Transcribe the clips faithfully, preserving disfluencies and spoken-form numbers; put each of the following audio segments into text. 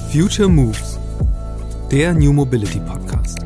Future Moves, der New Mobility Podcast.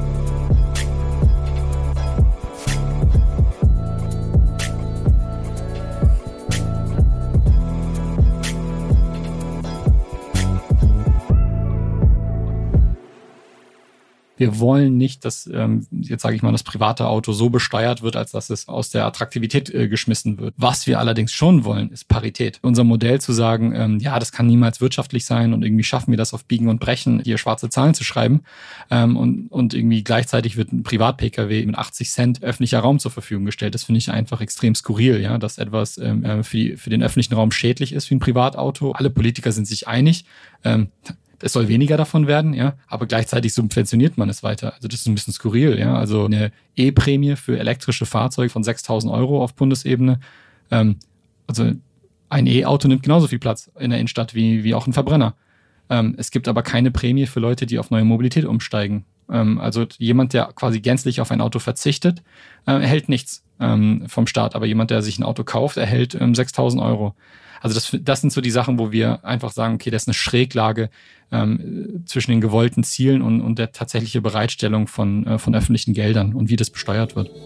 Wir wollen nicht, dass, ähm, jetzt sage ich mal, das private Auto so besteuert wird, als dass es aus der Attraktivität äh, geschmissen wird. Was wir allerdings schon wollen, ist Parität. Unser Modell zu sagen, ähm, ja, das kann niemals wirtschaftlich sein und irgendwie schaffen wir das auf Biegen und Brechen, hier schwarze Zahlen zu schreiben. Ähm, und, und irgendwie gleichzeitig wird ein Privat-P K W mit achtzig Cent öffentlicher Raum zur Verfügung gestellt. Das finde ich einfach extrem skurril, ja, dass etwas ähm, für, die, für den öffentlichen Raum schädlich ist wie ein Privatauto. Alle Politiker sind sich einig. Ähm, Es soll weniger davon werden, ja, aber gleichzeitig subventioniert man es weiter. Also das ist ein bisschen skurril, ja. Also eine E-Prämie für elektrische Fahrzeuge von sechstausend Euro auf Bundesebene. Ähm, also ein E-Auto nimmt genauso viel Platz in der Innenstadt wie, wie auch ein Verbrenner. Ähm, es gibt aber keine Prämie für Leute, die auf neue Mobilität umsteigen. Ähm, also jemand, der quasi gänzlich auf ein Auto verzichtet, äh, erhält nichts ähm, vom Staat. Aber jemand, der sich ein Auto kauft, erhält ähm, sechstausend Euro. Also das, das sind so die Sachen, wo wir einfach sagen, okay, das ist eine Schräglage ähm, zwischen den gewollten Zielen und, und der tatsächlichen Bereitstellung von, äh, von öffentlichen Geldern und wie das besteuert wird.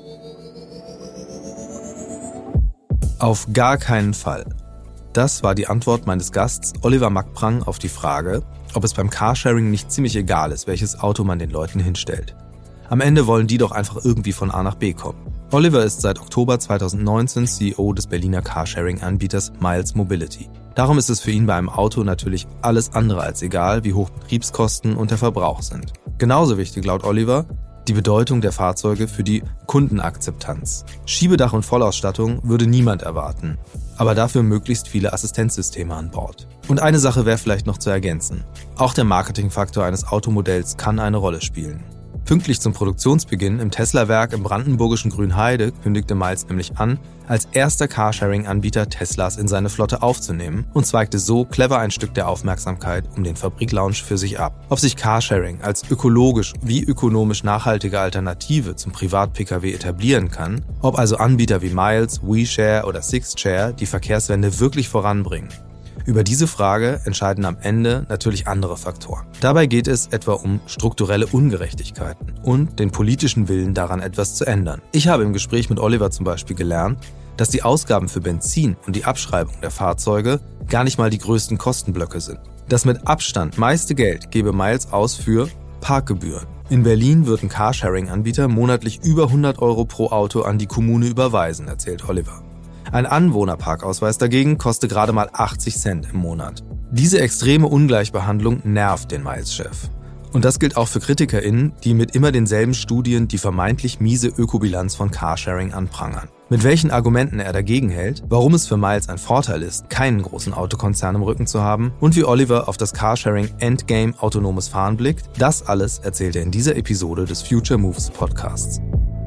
Auf gar keinen Fall. Das war die Antwort meines Gasts Oliver Mackprang auf die Frage, ob es beim Carsharing nicht ziemlich egal ist, welches Auto man den Leuten hinstellt. Am Ende wollen die doch einfach irgendwie von A nach B kommen. Oliver ist seit Oktober zweitausendneunzehn C E O des Berliner Carsharing-Anbieters Miles Mobility. Darum ist es für ihn bei einem Auto natürlich alles andere als egal, wie hoch Betriebskosten und der Verbrauch sind. Genauso wichtig laut Oliver die Bedeutung der Fahrzeuge für die Kundenakzeptanz. Schiebedach und Vollausstattung würde niemand erwarten, aber dafür möglichst viele Assistenzsysteme an Bord. Und eine Sache wäre vielleicht noch zu ergänzen. Auch der Marketingfaktor eines Automodells kann eine Rolle spielen. Pünktlich zum Produktionsbeginn im Tesla-Werk im brandenburgischen Grünheide kündigte Miles nämlich an, als erster Carsharing-Anbieter Teslas in seine Flotte aufzunehmen und zweigte so clever ein Stück der Aufmerksamkeit um den Fabriklounge für sich ab. Ob sich Carsharing als ökologisch wie ökonomisch nachhaltige Alternative zum Privat-P K W etablieren kann, ob also Anbieter wie Miles, WeShare oder Sixshare die Verkehrswende wirklich voranbringen. Über diese Frage entscheiden am Ende natürlich andere Faktoren. Dabei geht es etwa um strukturelle Ungerechtigkeiten und den politischen Willen daran, etwas zu ändern. Ich habe im Gespräch mit Oliver zum Beispiel gelernt, dass die Ausgaben für Benzin und die Abschreibung der Fahrzeuge gar nicht mal die größten Kostenblöcke sind. Das mit Abstand meiste Geld gebe Miles aus für Parkgebühren. In Berlin wird ein Carsharing-Anbieter monatlich über hundert Euro pro Auto an die Kommune überweisen, erzählt Oliver. Ein Anwohnerparkausweis dagegen kostet gerade mal achtzig Cent im Monat. Diese extreme Ungleichbehandlung nervt den Miles-Chef. Und das gilt auch für KritikerInnen, die mit immer denselben Studien die vermeintlich miese Ökobilanz von Carsharing anprangern. Mit welchen Argumenten er dagegen hält, warum es für Miles ein Vorteil ist, keinen großen Autokonzern im Rücken zu haben und wie Oliver auf das Carsharing-Endgame autonomes Fahren blickt, das alles erzählt er in dieser Episode des Future Moves Podcasts.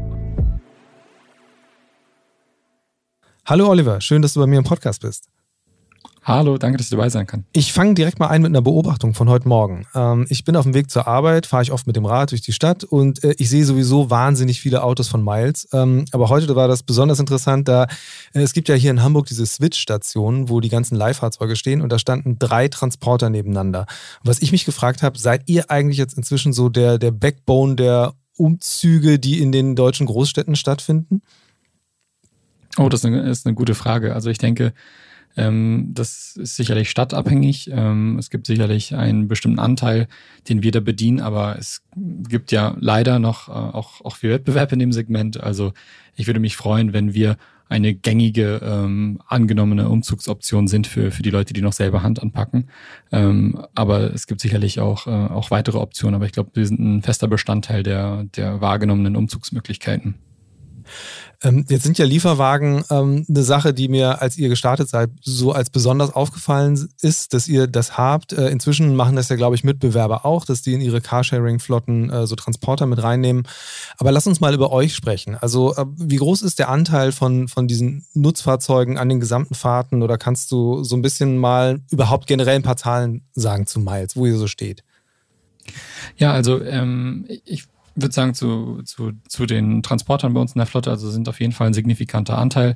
Hallo Oliver, schön, dass du bei mir im Podcast bist. Hallo, danke, dass ich dabei sein kann. Ich fange direkt mal ein mit einer Beobachtung von heute Morgen. Ähm, ich bin auf dem Weg zur Arbeit, fahre ich oft mit dem Rad durch die Stadt und äh, ich sehe sowieso wahnsinnig viele Autos von Miles. Ähm, aber heute war das besonders interessant, da äh, es gibt ja hier in Hamburg diese Switch-Stationen, wo die ganzen Leihfahrzeuge stehen und da standen drei Transporter nebeneinander. Und was ich mich gefragt habe, seid ihr eigentlich jetzt inzwischen so der, der Backbone der Umzüge, die in den deutschen Großstädten stattfinden? Oh, das ist eine, ist eine gute Frage. Also ich denke, ähm, das ist sicherlich stadtabhängig. Ähm, es gibt sicherlich einen bestimmten Anteil, den wir da bedienen, aber es gibt ja leider noch äh, auch, auch viel Wettbewerb in dem Segment. Also ich würde mich freuen, wenn wir eine gängige, ähm, angenommene Umzugsoption sind für, für die Leute, die noch selber Hand anpacken. Ähm, aber es gibt sicherlich auch, äh, auch weitere Optionen. Aber ich glaube, wir sind ein fester Bestandteil der, der wahrgenommenen Umzugsmöglichkeiten. Ähm, jetzt sind ja Lieferwagen ähm, eine Sache, die mir, als ihr gestartet seid, so als besonders aufgefallen ist, dass ihr das habt. Äh, inzwischen machen das ja, glaube ich, Mitbewerber auch, dass die in ihre Carsharing-Flotten äh, so Transporter mit reinnehmen. Aber lass uns mal über euch sprechen. Also äh, wie groß ist der Anteil von, von diesen Nutzfahrzeugen an den gesamten Fahrten? Oder kannst du so ein bisschen mal überhaupt generell ein paar Zahlen sagen zu Miles, wo ihr so steht? Ja, also ähm, ich Ich würde sagen, zu, zu, zu den Transportern bei uns in der Flotte, also sind auf jeden Fall ein signifikanter Anteil.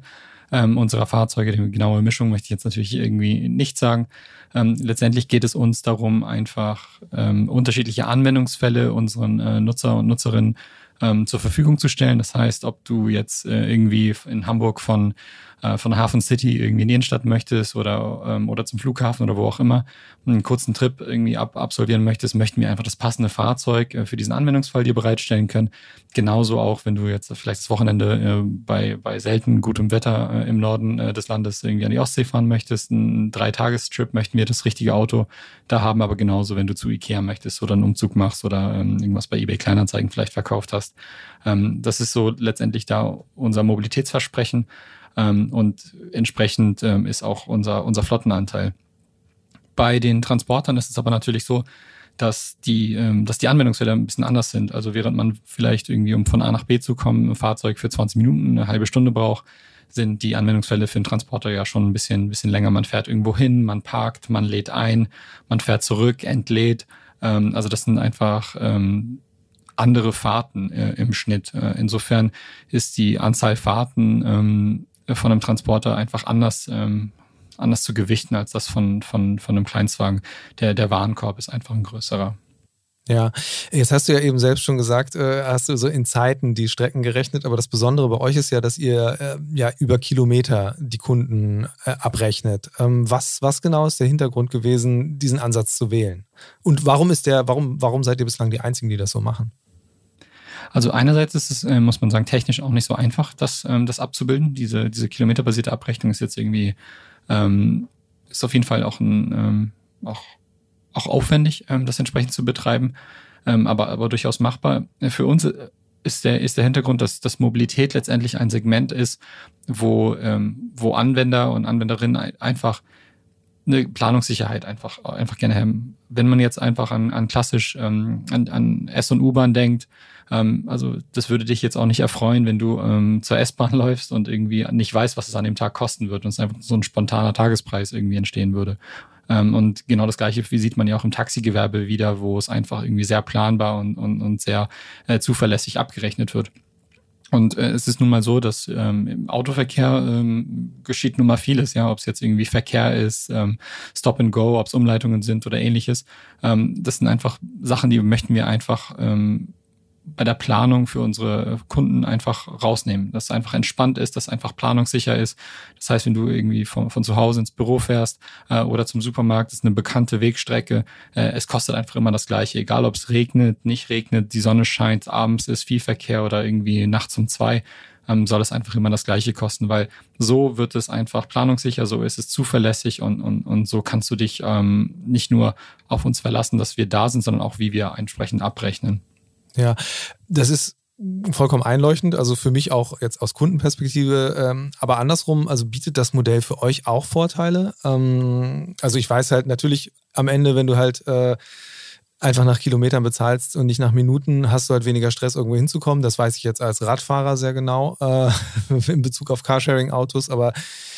ähm, unserer Fahrzeuge. Die genaue Mischung möchte ich jetzt natürlich irgendwie nicht sagen. Ähm, letztendlich geht es uns darum, einfach ähm, unterschiedliche Anwendungsfälle unseren äh, Nutzer und Nutzerinnen ähm, zur Verfügung zu stellen. Das heißt, ob du jetzt äh, irgendwie in Hamburg von äh, von Hafen City irgendwie in die Innenstadt möchtest oder ähm, oder zum Flughafen oder wo auch immer einen kurzen Trip irgendwie ab, absolvieren möchtest, möchten wir einfach das passende Fahrzeug äh, für diesen Anwendungsfall dir bereitstellen können. Genauso auch, wenn du jetzt vielleicht das Wochenende äh, bei bei selten gutem Wetter äh, im Norden äh, des Landes irgendwie an die Ostsee fahren möchtest, einen Dreitagestrip, möchten wir das richtige Auto da haben, aber genauso, wenn du zu Ikea möchtest oder einen Umzug machst oder ähm, irgendwas bei eBay Kleinanzeigen vielleicht verkauft hast. Ähm, das ist so letztendlich da unser Mobilitätsversprechen ähm, und entsprechend ähm, ist auch unser, unser Flottenanteil. Bei den Transportern ist es aber natürlich so, dass die, ähm, dass die Anwendungsfälle ein bisschen anders sind. Also während man vielleicht irgendwie, um von A nach B zu kommen, ein Fahrzeug für zwanzig Minuten, eine halbe Stunde braucht, sind die Anwendungsfälle für den Transporter ja schon ein bisschen, ein bisschen länger. Man fährt irgendwo hin, man parkt, man lädt ein, man fährt zurück, entlädt. Ähm, also das sind einfach ähm, andere Fahrten äh, im Schnitt. Äh, insofern ist die Anzahl Fahrten ähm, von einem Transporter einfach anders ähm, anders zu gewichten als das von von von einem Kleinstwagen. Der der Warenkorb ist einfach ein größerer. Ja, jetzt hast du ja eben selbst schon gesagt, äh, hast du so in Zeiten die Strecken gerechnet, aber das Besondere bei euch ist ja, dass ihr äh, ja über Kilometer die Kunden äh, abrechnet. Ähm, was, was genau ist der Hintergrund gewesen, diesen Ansatz zu wählen? Und warum ist der, warum, warum seid ihr bislang die Einzigen, die das so machen? Also einerseits ist es, äh, muss man sagen, technisch auch nicht so einfach, das, ähm, das abzubilden. Diese, diese kilometerbasierte Abrechnung ist jetzt irgendwie, ähm, ist auf jeden Fall auch ein, ähm, auch auch aufwendig, ähm, das entsprechend zu betreiben, ähm, aber, aber durchaus machbar. Für uns ist der, ist der Hintergrund, dass, dass Mobilität letztendlich ein Segment ist, wo, ähm, wo Anwender und Anwenderinnen einfach eine Planungssicherheit einfach, einfach gerne haben. Wenn man jetzt einfach an, an klassisch ähm, an, an S- und U-Bahn denkt, ähm, also das würde dich jetzt auch nicht erfreuen, wenn du ähm, zur S-Bahn läufst und irgendwie nicht weißt, was es an dem Tag kosten wird und es einfach so ein spontaner Tagespreis irgendwie entstehen würde. Ähm, und genau das Gleiche wie sieht man ja auch im Taxigewerbe wieder, wo es einfach irgendwie sehr planbar und, und, und sehr äh, zuverlässig abgerechnet wird. Und äh, es ist nun mal so, dass ähm, im Autoverkehr ähm, geschieht nun mal vieles, ja, ob es jetzt irgendwie Verkehr ist, ähm, Stop and Go, ob es Umleitungen sind oder ähnliches. Ähm, das sind einfach Sachen, die möchten wir einfach ähm, bei der Planung für unsere Kunden einfach rausnehmen, dass es einfach entspannt ist, dass es einfach planungssicher ist. Das heißt, wenn du irgendwie von, von zu Hause ins Büro fährst äh, oder zum Supermarkt, ist eine bekannte Wegstrecke. Äh, es kostet einfach immer das Gleiche, egal ob es regnet, nicht regnet, die Sonne scheint, abends ist viel Verkehr oder irgendwie nachts um zwei, ähm, soll es einfach immer das Gleiche kosten, weil so wird es einfach planungssicher, so ist es zuverlässig und, und, und so kannst du dich ähm, nicht nur auf uns verlassen, dass wir da sind, sondern auch, wie wir entsprechend abrechnen. Ja, das ist vollkommen einleuchtend, also für mich auch jetzt aus Kundenperspektive, ähm, aber andersrum, also bietet das Modell für euch auch Vorteile? Ähm, also ich weiß halt natürlich am Ende, wenn du halt äh, einfach nach Kilometern bezahlst und nicht nach Minuten, hast du halt weniger Stress, irgendwo hinzukommen. Das weiß ich jetzt als Radfahrer sehr genau äh, in Bezug auf Carsharing-Autos, aber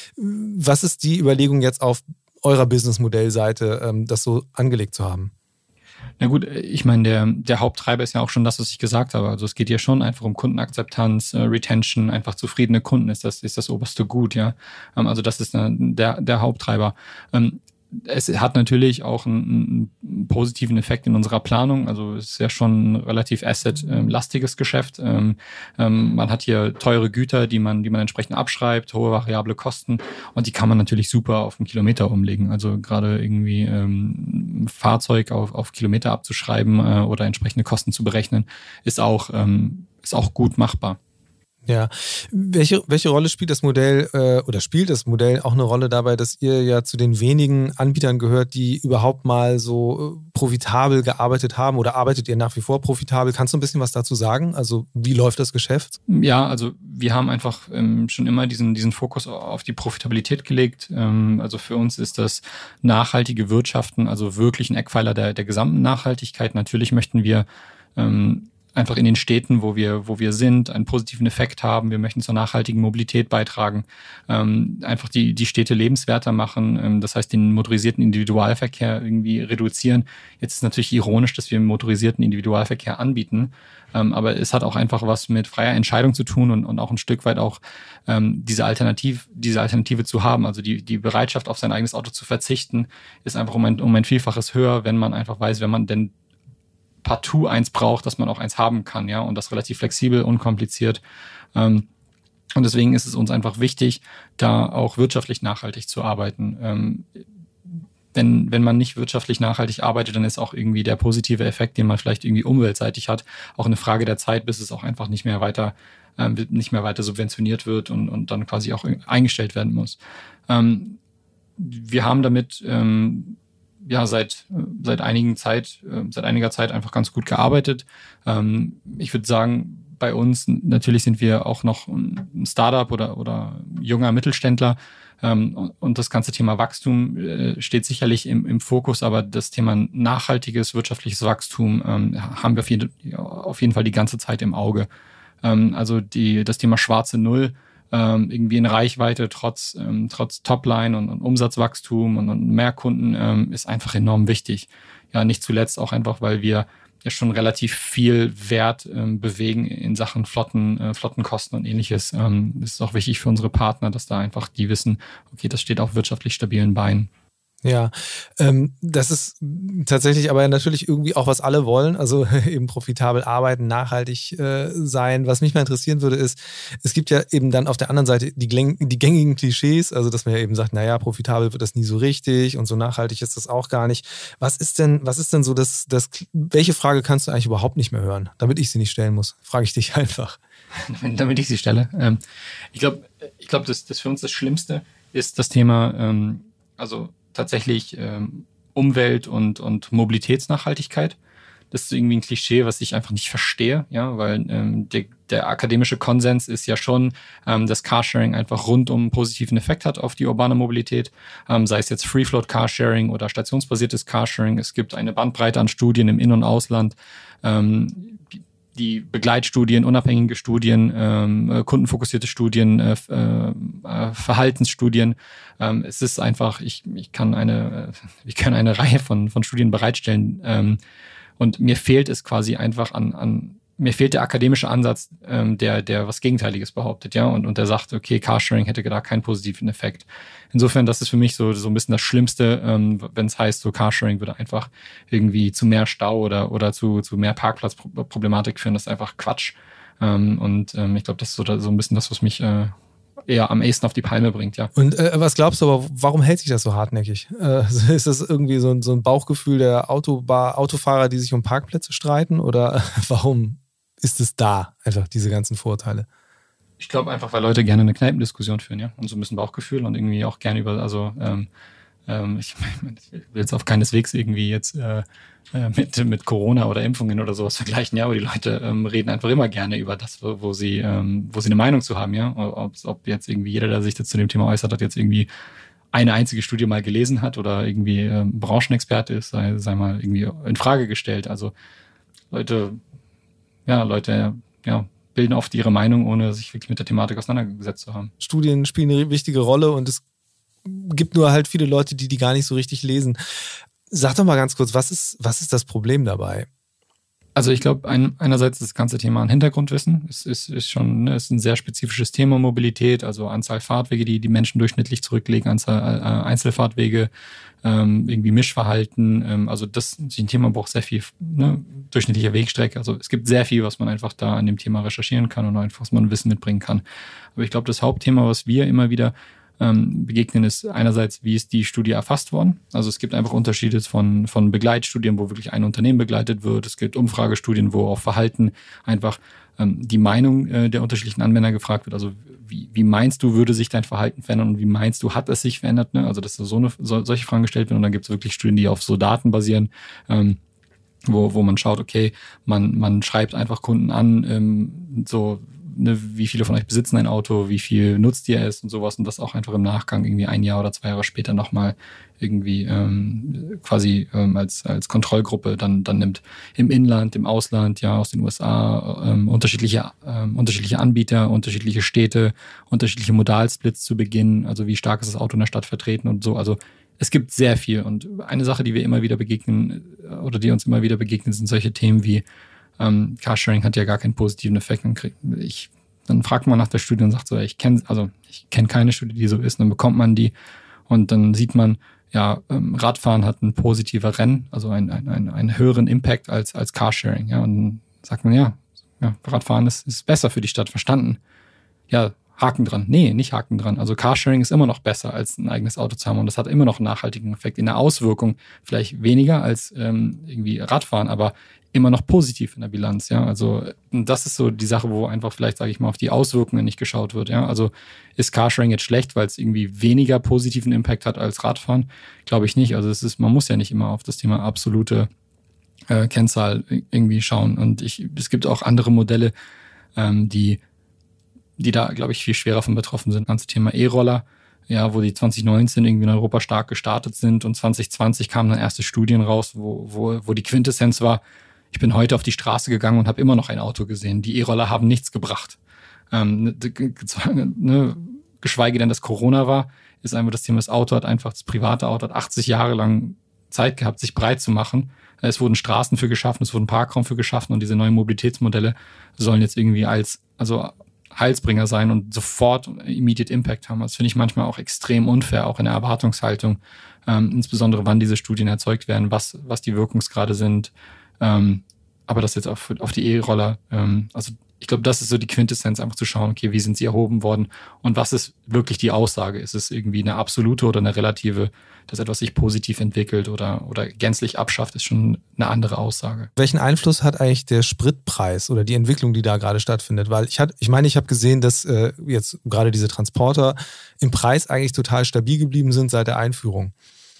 was ist die Überlegung jetzt auf eurer Business-Modell-Seite, ähm, das so angelegt zu haben? Na gut, ich meine, der, der Haupttreiber ist ja auch schon das, was ich gesagt habe. Also es geht hier schon einfach um Kundenakzeptanz, äh, Retention, einfach zufriedene Kunden ist das, ist das oberste Gut, ja. Ähm, also das ist äh, der, der Haupttreiber. Ähm, es hat natürlich auch einen, einen positiven Effekt in unserer Planung. Also es ist ja schon ein relativ asset-lastiges Geschäft. Ähm, ähm, man hat hier teure Güter, die man, die man entsprechend abschreibt, hohe variable Kosten und die kann man natürlich super auf einen Kilometer umlegen. Also gerade irgendwie ähm, ein Fahrzeug auf, auf Kilometer abzuschreiben äh, oder entsprechende Kosten zu berechnen, ist auch, ähm, ist auch gut machbar. Ja, welche, welche Rolle spielt das Modell äh, oder spielt das Modell auch eine Rolle dabei, dass ihr ja zu den wenigen Anbietern gehört, die überhaupt mal so äh, profitabel gearbeitet haben oder arbeitet ihr nach wie vor profitabel? Kannst du ein bisschen was dazu sagen? Also wie läuft das Geschäft? Ja, also wir haben einfach ähm, schon immer diesen, diesen Fokus auf die Profitabilität gelegt. Ähm, also für uns ist das nachhaltige Wirtschaften, also wirklich ein Eckpfeiler der, der gesamten Nachhaltigkeit. Natürlich möchten wir ähm, einfach in den Städten, wo wir, wo wir sind, einen positiven Effekt haben. Wir möchten zur nachhaltigen Mobilität beitragen, ähm, einfach die, die Städte lebenswerter machen, ähm, das heißt den motorisierten Individualverkehr irgendwie reduzieren. Jetzt ist natürlich ironisch, dass wir motorisierten Individualverkehr anbieten, ähm, aber es hat auch einfach was mit freier Entscheidung zu tun und, und auch ein Stück weit auch ähm, diese Alternative, diese Alternative zu haben. Also die, die Bereitschaft, auf sein eigenes Auto zu verzichten, ist einfach um ein, um ein Vielfaches höher, wenn man einfach weiß, wenn man denn partout eins braucht, dass man auch eins haben kann, ja, und das relativ flexibel, unkompliziert. Ähm, und deswegen ist es uns einfach wichtig, da auch wirtschaftlich nachhaltig zu arbeiten. Ähm, wenn, wenn man nicht wirtschaftlich nachhaltig arbeitet, dann ist auch irgendwie der positive Effekt, den man vielleicht irgendwie umweltseitig hat, auch eine Frage der Zeit, bis es auch einfach nicht mehr weiter, ähm, nicht mehr weiter subventioniert wird und, und dann quasi auch eingestellt werden muss. Ähm, wir haben damit ähm, ja seit seit einigen Zeit seit einiger Zeit einfach ganz gut gearbeitet. Ähm, ich würde sagen, bei uns natürlich sind wir auch noch ein Startup oder oder junger Mittelständler, ähm, und das ganze Thema Wachstum äh, steht sicherlich im, im Fokus, aber das Thema nachhaltiges wirtschaftliches Wachstum ähm, haben wir auf jeden, auf jeden Fall die ganze Zeit im Auge. Ähm, also die das Thema schwarze Null Ähm, irgendwie in Reichweite trotz ähm, trotz Topline und, und Umsatzwachstum und, und mehr Kunden ähm, ist einfach enorm wichtig. Ja, nicht zuletzt auch einfach, weil wir ja schon relativ viel Wert ähm, bewegen in Sachen Flotten, äh, Flottenkosten und ähnliches. Ähm, das ist auch wichtig für unsere Partner, dass da einfach die wissen, okay, das steht auf wirtschaftlich stabilen Beinen. Ja, ähm, das ist tatsächlich aber natürlich irgendwie auch, was alle wollen, also eben profitabel arbeiten, nachhaltig äh, sein. Was mich mal interessieren würde, ist, es gibt ja eben dann auf der anderen Seite die, die gängigen Klischees, also dass man ja eben sagt, naja, profitabel wird das nie so richtig und so nachhaltig ist das auch gar nicht. Was ist denn, was ist denn so das, das, welche Frage kannst du eigentlich überhaupt nicht mehr hören, damit ich sie nicht stellen muss? Frage ich dich einfach. Damit ich sie stelle. Ähm, ich glaube, ich glaube, das, das für uns das Schlimmste ist das Thema, ähm, also tatsächlich ähm, Umwelt- und, und Mobilitätsnachhaltigkeit. Das ist irgendwie ein Klischee, was ich einfach nicht verstehe, ja, weil ähm, der, der akademische Konsens ist ja schon, ähm, dass Carsharing einfach rundum einen positiven Effekt hat auf die urbane Mobilität, ähm, sei es jetzt Free-Float Carsharing oder stationsbasiertes Carsharing. Es gibt eine Bandbreite an Studien im In- und Ausland, ähm, die Begleitstudien, unabhängige Studien, ähm, kundenfokussierte Studien, äh, äh, Verhaltensstudien. Ähm, es ist einfach, ich, ich kann eine, ich kann eine Reihe von, von Studien bereitstellen, ähm, und mir fehlt es quasi einfach an, an mir fehlt der akademische Ansatz, ähm, der, der was Gegenteiliges behauptet, ja, und, und der sagt, okay, Carsharing hätte da keinen positiven Effekt. Insofern, das ist für mich so, so ein bisschen das Schlimmste, ähm, wenn es heißt, so Carsharing würde einfach irgendwie zu mehr Stau oder, oder zu, zu mehr Parkplatzproblematik führen. Das ist einfach Quatsch. Ähm, und ähm, ich glaube, das ist so, so ein bisschen das, was mich äh, eher am ehesten auf die Palme bringt, ja. Und äh, was glaubst du aber, warum hält sich das so hartnäckig? Äh, ist das irgendwie so ein, so ein Bauchgefühl der Autobar, Autofahrer, die sich um Parkplätze streiten? Oder warum ist es da, einfach diese ganzen Vorurteile? Ich glaube einfach, weil Leute gerne eine Kneipendiskussion führen, ja, und so ein bisschen Bauchgefühl und irgendwie auch gerne über, also ähm, ähm, ich, ich will jetzt auf keineswegs irgendwie jetzt äh, mit mit Corona oder Impfungen oder sowas vergleichen, ja, aber die Leute ähm, reden einfach immer gerne über das, wo, wo sie ähm, wo sie eine Meinung zu haben, ja, ob, ob jetzt irgendwie jeder, der sich jetzt zu dem Thema äußert, hat jetzt irgendwie eine einzige Studie mal gelesen hat oder irgendwie ähm, Branchenexperte ist, sei, sei mal irgendwie in Frage gestellt. Also Leute, ja, Leute, ja, bilden oft ihre Meinung, ohne sich wirklich mit der Thematik auseinandergesetzt zu haben. Studien spielen eine wichtige Rolle und es gibt nur halt viele Leute, die die gar nicht so richtig lesen. Sag doch mal ganz kurz, was ist, was ist das Problem dabei? Also ich glaube, ein, einerseits das ganze Thema an Hintergrundwissen. Es ist, ist schon ne, ist ein sehr spezifisches Thema Mobilität, also Anzahl Fahrtwege, die die Menschen durchschnittlich zurücklegen, Anzahl äh, Einzelfahrtwege, ähm, irgendwie Mischverhalten. Ähm, also das ist ein Thema, braucht sehr viel ne, durchschnittliche Wegstrecke. Also es gibt sehr viel, was man einfach da an dem Thema recherchieren kann und einfach, was man Wissen mitbringen kann. Aber ich glaube, das Hauptthema, was wir immer wieder ähm, begegnen, ist einerseits, wie ist die Studie erfasst worden. Also es gibt einfach Unterschiede von, von Begleitstudien, wo wirklich ein Unternehmen begleitet wird. Es gibt Umfragestudien, wo auf Verhalten einfach ähm, die Meinung äh, der unterschiedlichen Anwender gefragt wird. Also wie, wie meinst du, würde sich dein Verhalten verändern und wie meinst du, hat es sich verändert? Ne? Also dass so eine, so, solche Fragen gestellt werden und dann gibt es wirklich Studien, die auf so Daten basieren, ähm, wo, wo man schaut, okay, man, man schreibt einfach Kunden an, ähm, so ne, wie viele von euch besitzen ein Auto, wie viel nutzt ihr es und sowas und das auch einfach im Nachgang irgendwie ein Jahr oder zwei Jahre später nochmal irgendwie ähm, quasi ähm, als als Kontrollgruppe dann dann nimmt. Im Inland, im Ausland, ja, aus den U S A, ähm, unterschiedliche ähm, unterschiedliche Anbieter, unterschiedliche Städte, unterschiedliche Modalsplits zu Beginn, also wie stark ist das Auto in der Stadt vertreten und so, also es gibt sehr viel und eine Sache, die wir immer wieder begegnen oder die uns immer wieder begegnen, sind solche Themen wie ähm, Carsharing hat ja gar keinen positiven Effekt. Dann, krieg, ich, dann fragt man nach der Studie und sagt so, ich kenne also ich kenne keine Studie, die so ist. Dann bekommt man die und dann sieht man, ja, ähm, Radfahren hat ein positiver Rennen, also einen ein, ein, einen höheren Impact als als Carsharing. Ja, und dann sagt man, ja, ja Radfahren ist, ist besser für die Stadt, verstanden. Ja, Haken dran. Nee, nicht Haken dran. Also Carsharing ist immer noch besser, als ein eigenes Auto zu haben und das hat immer noch einen nachhaltigen Effekt. In der Auswirkung vielleicht weniger als ähm, irgendwie Radfahren, aber immer noch positiv in der Bilanz. Ja, also das ist so die Sache, wo einfach vielleicht, sage ich mal, auf die Auswirkungen nicht geschaut wird. Ja, also ist Carsharing jetzt schlecht, weil es irgendwie weniger positiven Impact hat als Radfahren? Glaube ich nicht. Also es ist, man muss ja nicht immer auf das Thema absolute äh, Kennzahl irgendwie schauen. Und ich, es gibt auch andere Modelle, ähm, die die da, glaube ich, viel schwerer von betroffen sind. Das ganze Thema E-Roller, ja, wo die zwanzig neunzehn irgendwie in Europa stark gestartet sind und zwanzig zwanzig kamen dann erste Studien raus, wo, wo, wo die Quintessenz war, ich bin heute auf die Straße gegangen und habe immer noch ein Auto gesehen. Die E-Roller haben nichts gebracht. Ähm, ne, ne, geschweige denn, dass Corona war, ist einfach das Thema, das Auto hat einfach, das private Auto hat achtzig Jahre lang Zeit gehabt, sich breit zu machen. Es wurden Straßen für geschaffen, es wurden Parkraum für geschaffen und diese neuen Mobilitätsmodelle sollen jetzt irgendwie als, also Heilsbringer sein und sofort immediate Impact haben. Das finde ich manchmal auch extrem unfair, auch in der Erwartungshaltung, ähm, insbesondere wann diese Studien erzeugt werden, was was die Wirkungsgrade sind. Ähm, aber das jetzt auf, auf die E-Roller, ähm, also ich glaube, das ist so die Quintessenz, einfach zu schauen, okay, wie sind sie erhoben worden und was ist wirklich die Aussage? Ist es irgendwie eine absolute oder eine relative, dass etwas sich positiv entwickelt oder, oder gänzlich abschafft, ist schon eine andere Aussage. Welchen Einfluss hat eigentlich der Spritpreis oder die Entwicklung, die da gerade stattfindet? Weil ich, hat, ich meine, ich habe gesehen, dass äh, jetzt gerade diese Transporter im Preis eigentlich total stabil geblieben sind seit der Einführung.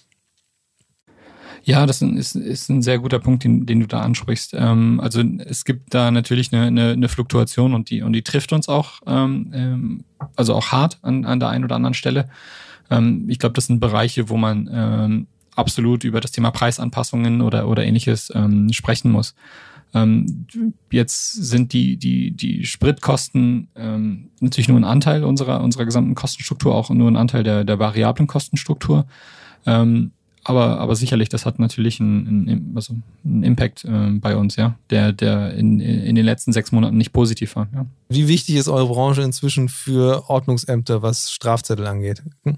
Ja, das ist, ist ein sehr guter Punkt, den, den du da ansprichst. Ähm, also es gibt da natürlich eine, eine, eine Fluktuation und die und die trifft uns auch, ähm, also auch hart an, an der einen oder anderen Stelle. Ähm, ich glaube, das sind Bereiche, wo man ähm, absolut über das Thema Preisanpassungen oder oder ähnliches ähm, sprechen muss. Ähm, jetzt sind die die die Spritkosten ähm, natürlich nur ein Anteil unserer unserer gesamten Kostenstruktur, auch nur ein Anteil der der variablen Kostenstruktur. Ähm, Aber, aber sicherlich, das hat natürlich einen, einen, also einen Impact äh, bei uns, ja, der, der in, in den letzten sechs Monaten nicht positiv war. Ja. Wie wichtig ist eure Branche inzwischen für Ordnungsämter, was Strafzettel angeht? Hm?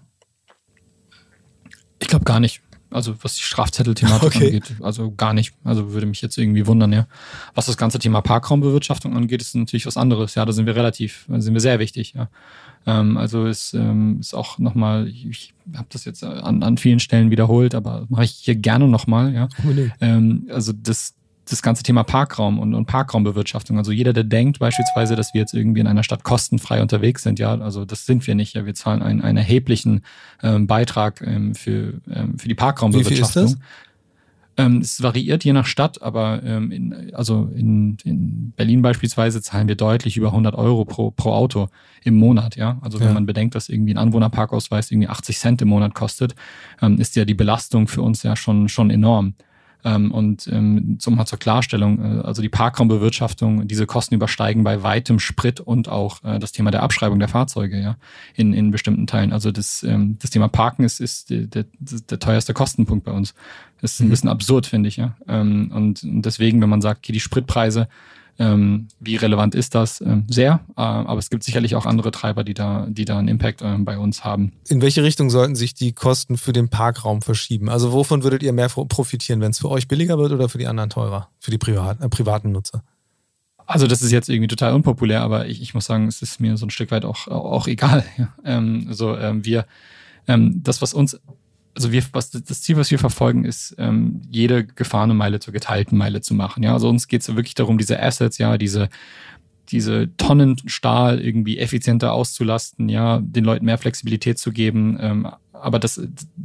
Ich glaube gar nicht. Also was die Strafzettelthematik okay. angeht, also gar nicht. Also würde mich jetzt irgendwie wundern, ja. Was das ganze Thema Parkraumbewirtschaftung angeht, ist natürlich was anderes. Ja, da sind wir relativ, da sind wir sehr wichtig, ja. Ähm, also ist, ähm, ist auch nochmal, ich, ich habe das jetzt an, an vielen Stellen wiederholt, aber mache ich hier gerne nochmal, ja. Ähm, also das das ganze Thema Parkraum und, und Parkraumbewirtschaftung. Also jeder, der denkt beispielsweise, dass wir jetzt irgendwie in einer Stadt kostenfrei unterwegs sind, ja, also das sind wir nicht. Ja, wir zahlen einen, einen erheblichen ähm, Beitrag ähm, für, ähm, für die Parkraumbewirtschaftung. Wie viel ist das? Ähm, es variiert je nach Stadt, aber ähm, in, also in, in Berlin beispielsweise zahlen wir deutlich über hundert Euro pro, pro Auto im Monat. Ja, also wenn ja. man bedenkt, dass irgendwie ein Anwohnerparkausweis irgendwie achtzig Cent im Monat kostet, ähm, ist ja die Belastung für uns ja schon schon enorm. Ähm, und ähm, zum mal zur Klarstellung, äh, also die Parkraumbewirtschaftung, diese Kosten übersteigen bei weitem Sprit und auch äh, das Thema der Abschreibung der Fahrzeuge, ja, in in bestimmten Teilen. Also das ähm, das Thema Parken ist ist der, der, der teuerste Kostenpunkt bei uns. Das ist ein mhm. bisschen absurd, finde ich, ja. Ähm, und, und deswegen, wenn man sagt, okay, die Spritpreise, ähm, wie relevant ist das? Ähm, sehr, äh, aber es gibt sicherlich auch andere Treiber, die da, die da einen Impact äh, bei uns haben. In welche Richtung sollten sich die Kosten für den Parkraum verschieben? Also wovon würdet ihr mehr profitieren, wenn es für euch billiger wird oder für die anderen teurer, für die Privat, äh, privaten Nutzer? Also das ist jetzt irgendwie total unpopulär, aber ich, ich muss sagen, es ist mir so ein Stück weit auch, auch egal. Ja. Ähm, also ähm, wir, ähm, das was uns Also wir, was das Ziel, was wir verfolgen, ist, ähm, jede gefahrene Meile zur geteilten Meile zu machen. Ja, also uns geht es wirklich darum, diese Assets, ja, diese diese Tonnen Stahl irgendwie effizienter auszulasten, ja, den Leuten mehr Flexibilität zu geben. Ähm, aber das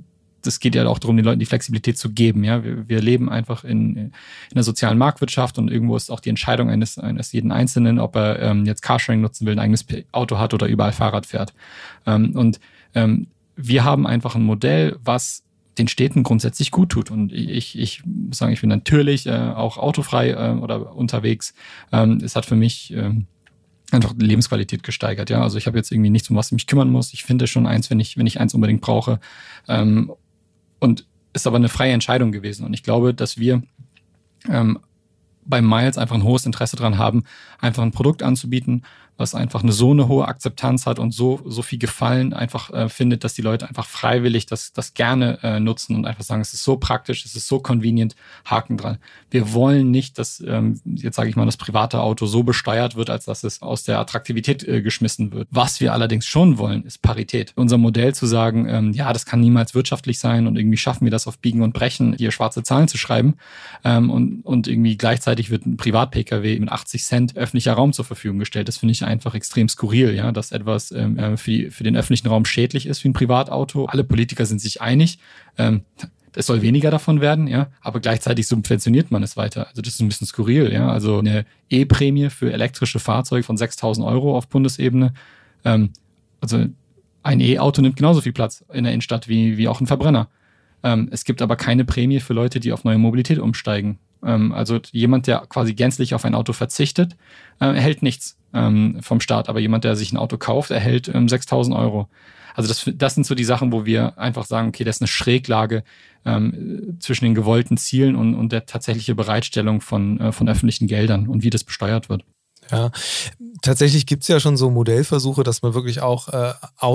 das geht ja auch darum, den Leuten die Flexibilität zu geben. Ja, wir, wir leben einfach in, in der sozialen Marktwirtschaft und irgendwo ist auch die Entscheidung eines, eines jeden Einzelnen, ob er ähm, jetzt Carsharing nutzen will, ein eigenes Auto hat oder überall Fahrrad fährt. Ähm, und ähm, wir haben einfach ein Modell, was den Städten grundsätzlich gut tut. Und ich, ich muss sagen, ich bin natürlich äh, auch autofrei äh, oder unterwegs. Ähm, es hat für mich ähm, einfach die Lebensqualität gesteigert. Ja, also ich habe jetzt irgendwie nichts, um was ich mich kümmern muss. Ich finde schon eins, wenn ich wenn ich eins unbedingt brauche. Ähm, und ist aber eine freie Entscheidung gewesen. Und ich glaube, dass wir ähm, bei Miles einfach ein hohes Interesse daran haben, einfach ein Produkt anzubieten, was einfach eine so eine hohe Akzeptanz hat und so so viel Gefallen einfach äh, findet, dass die Leute einfach freiwillig das das gerne äh, nutzen und einfach sagen, es ist so praktisch, es ist so convenient, Haken dran. Wir wollen nicht, dass ähm, jetzt sage ich mal, das private Auto so besteuert wird, als dass es aus der Attraktivität äh, geschmissen wird. Was wir allerdings schon wollen, ist Parität. Unser Modell zu sagen, ähm, ja, das kann niemals wirtschaftlich sein und irgendwie schaffen wir das auf Biegen und Brechen, hier schwarze Zahlen zu schreiben ähm, und und irgendwie gleichzeitig wird ein Privat-P K W mit achtzig Cent öffentlicher Raum zur Verfügung gestellt. Das finde ich einfach extrem skurril, ja, dass etwas ähm, für, die, für den öffentlichen Raum schädlich ist wie ein Privatauto. Alle Politiker sind sich einig, ähm, es soll weniger davon werden, ja, aber gleichzeitig subventioniert man es weiter. Also das ist ein bisschen skurril, ja. Also eine E-Prämie für elektrische Fahrzeuge von sechstausend Euro auf Bundesebene. Ähm, also ein E-Auto nimmt genauso viel Platz in der Innenstadt wie, wie auch ein Verbrenner. Ähm, es gibt aber keine Prämie für Leute, die auf neue Mobilität umsteigen. Ähm, also jemand, der quasi gänzlich auf ein Auto verzichtet, äh, erhält nichts ähm, vom Staat. Aber jemand, der sich ein Auto kauft, erhält ähm, sechstausend Euro. Also das, das sind so die Sachen, wo wir einfach sagen, okay, das ist eine Schräglage ähm, zwischen den gewollten Zielen und, und der tatsächlichen Bereitstellung von, äh, von öffentlichen Geldern und wie das besteuert wird. Ja, tatsächlich gibt es ja schon so Modellversuche, dass man wirklich auch äh,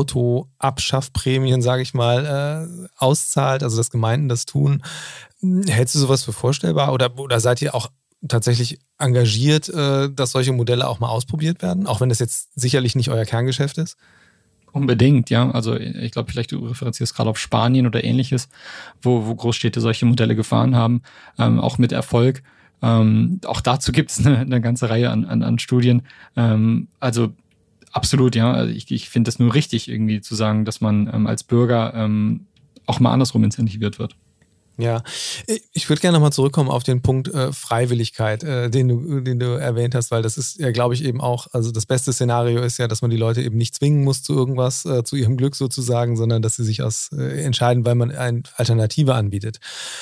Auto-Abschaffprämien, sage ich mal, äh, auszahlt, also dass Gemeinden das tun. Hältst du sowas für vorstellbar oder, oder seid ihr auch tatsächlich engagiert, äh, dass solche Modelle auch mal ausprobiert werden, auch wenn das jetzt sicherlich nicht euer Kerngeschäft ist? Unbedingt, ja. Also ich glaube, vielleicht du referenzierst gerade auf Spanien oder Ähnliches, wo, wo Großstädte solche Modelle gefahren haben, ähm, auch mit Erfolg. Ähm, auch dazu gibt es eine, eine ganze Reihe an, an, an Studien. Ähm, also absolut, ja. Also ich, ich finde es nur richtig, irgendwie zu sagen, dass man ähm, als Bürger ähm, auch mal andersrum incentiviert wird. Ja, ich würde gerne nochmal zurückkommen auf den Punkt äh, Freiwilligkeit, äh, den du, den du erwähnt hast, weil das ist ja, glaube ich, eben auch, also das beste Szenario ist ja, dass man die Leute eben nicht zwingen muss zu irgendwas, äh, zu ihrem Glück sozusagen, sondern dass sie sich aus äh, entscheiden, weil man eine Alternative anbietet.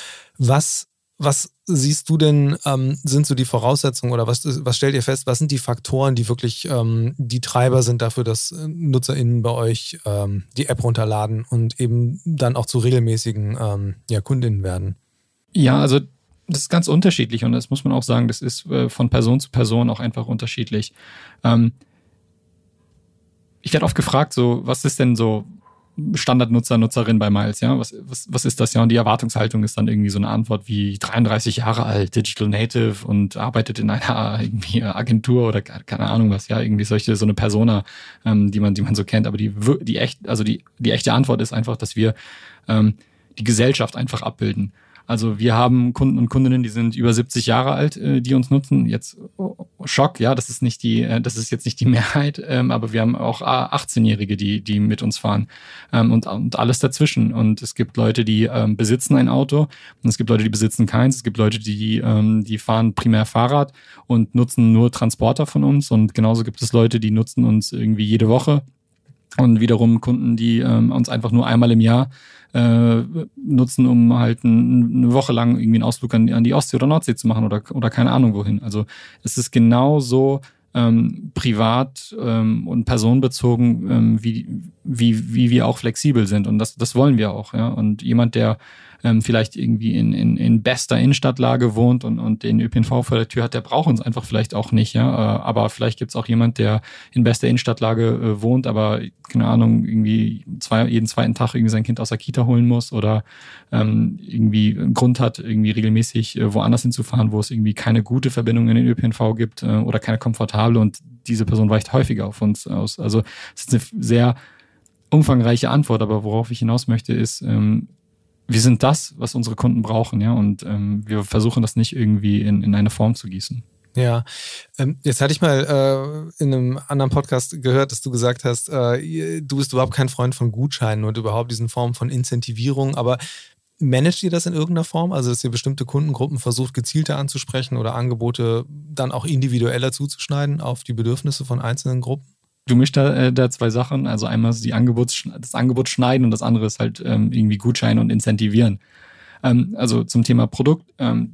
Was Was siehst du denn, ähm, sind so die Voraussetzungen oder was, was stellt ihr fest, was sind die Faktoren, die wirklich ähm, die Treiber sind dafür, dass NutzerInnen bei euch ähm, die App runterladen und eben dann auch zu regelmäßigen ähm, ja, KundInnen werden? Ja, also das ist ganz unterschiedlich und das muss man auch sagen, das ist äh, von Person zu Person auch einfach unterschiedlich. Ähm, ich werde oft gefragt, so, was ist denn so Standardnutzer, Nutzerin bei Miles, ja, was, was, was ist das, ja, und die Erwartungshaltung ist dann irgendwie so eine Antwort wie dreiunddreißig Jahre alt, Digital Native und arbeitet in einer irgendwie Agentur oder keine Ahnung was, ja, irgendwie solche, so eine Persona, ähm, die man, die man so kennt, aber die, die echt, also die, die echte Antwort ist einfach, dass wir ähm, die Gesellschaft einfach abbilden. Also wir haben Kunden und Kundinnen, die sind über siebzig Jahre alt, äh, die uns nutzen. Jetzt oh, Schock, ja, das ist nicht die, äh, das ist jetzt nicht die Mehrheit, ähm, aber wir haben auch achtzehnjährige, die die mit uns fahren ähm, und und alles dazwischen. Und es gibt Leute, die ähm, besitzen ein Auto und es gibt Leute, die besitzen keins. Es gibt Leute, die ähm, die fahren primär Fahrrad und nutzen nur Transporter von uns. Und genauso gibt es Leute, die nutzen uns irgendwie jede Woche. Und wiederum Kunden, die ähm, uns einfach nur einmal im Jahr äh, nutzen, um halt ein, eine Woche lang irgendwie einen Ausflug an, an die Ostsee oder Nordsee zu machen oder, oder keine Ahnung wohin. Also es ist genauso ähm, privat ähm, und personenbezogen, ähm, wie, wie, wie wir auch flexibel sind. Und das, das wollen wir auch. Ja. Und jemand, der ähm, vielleicht irgendwie in, in, in bester Innenstadtlage wohnt und, und den Ö P N V vor der Tür hat, der braucht uns einfach vielleicht auch nicht. Ja. Äh, aber vielleicht gibt es auch jemand, der in bester Innenstadtlage äh, wohnt, aber keine Ahnung, irgendwie zwei, jeden zweiten Tag irgendwie sein Kind aus der Kita holen muss oder ähm, irgendwie einen Grund hat, irgendwie regelmäßig äh, woanders hinzufahren, wo es irgendwie keine gute Verbindung in den Ö P N V gibt äh, oder keine komfortable, und diese Person weicht häufiger auf uns aus. Also es ist eine sehr umfangreiche Antwort, aber worauf ich hinaus möchte, ist, ähm, wir sind das, was unsere Kunden brauchen, ja, und ähm, wir versuchen das nicht irgendwie in, in eine Form zu gießen. Ja, ähm, jetzt hatte ich mal äh, in einem anderen Podcast gehört, dass du gesagt hast, äh, du bist überhaupt kein Freund von Gutscheinen und überhaupt diesen Formen von Incentivierung, aber managt ihr das in irgendeiner Form? Also, dass ihr bestimmte Kundengruppen versucht, gezielter anzusprechen oder Angebote dann auch individueller zuzuschneiden auf die Bedürfnisse von einzelnen Gruppen? Du mischst da, äh, da zwei Sachen. Also einmal die Angebots, das Angebot schneiden und das andere ist halt ähm, irgendwie Gutscheine und incentivieren. Ähm, also zum Thema Produkt, ähm,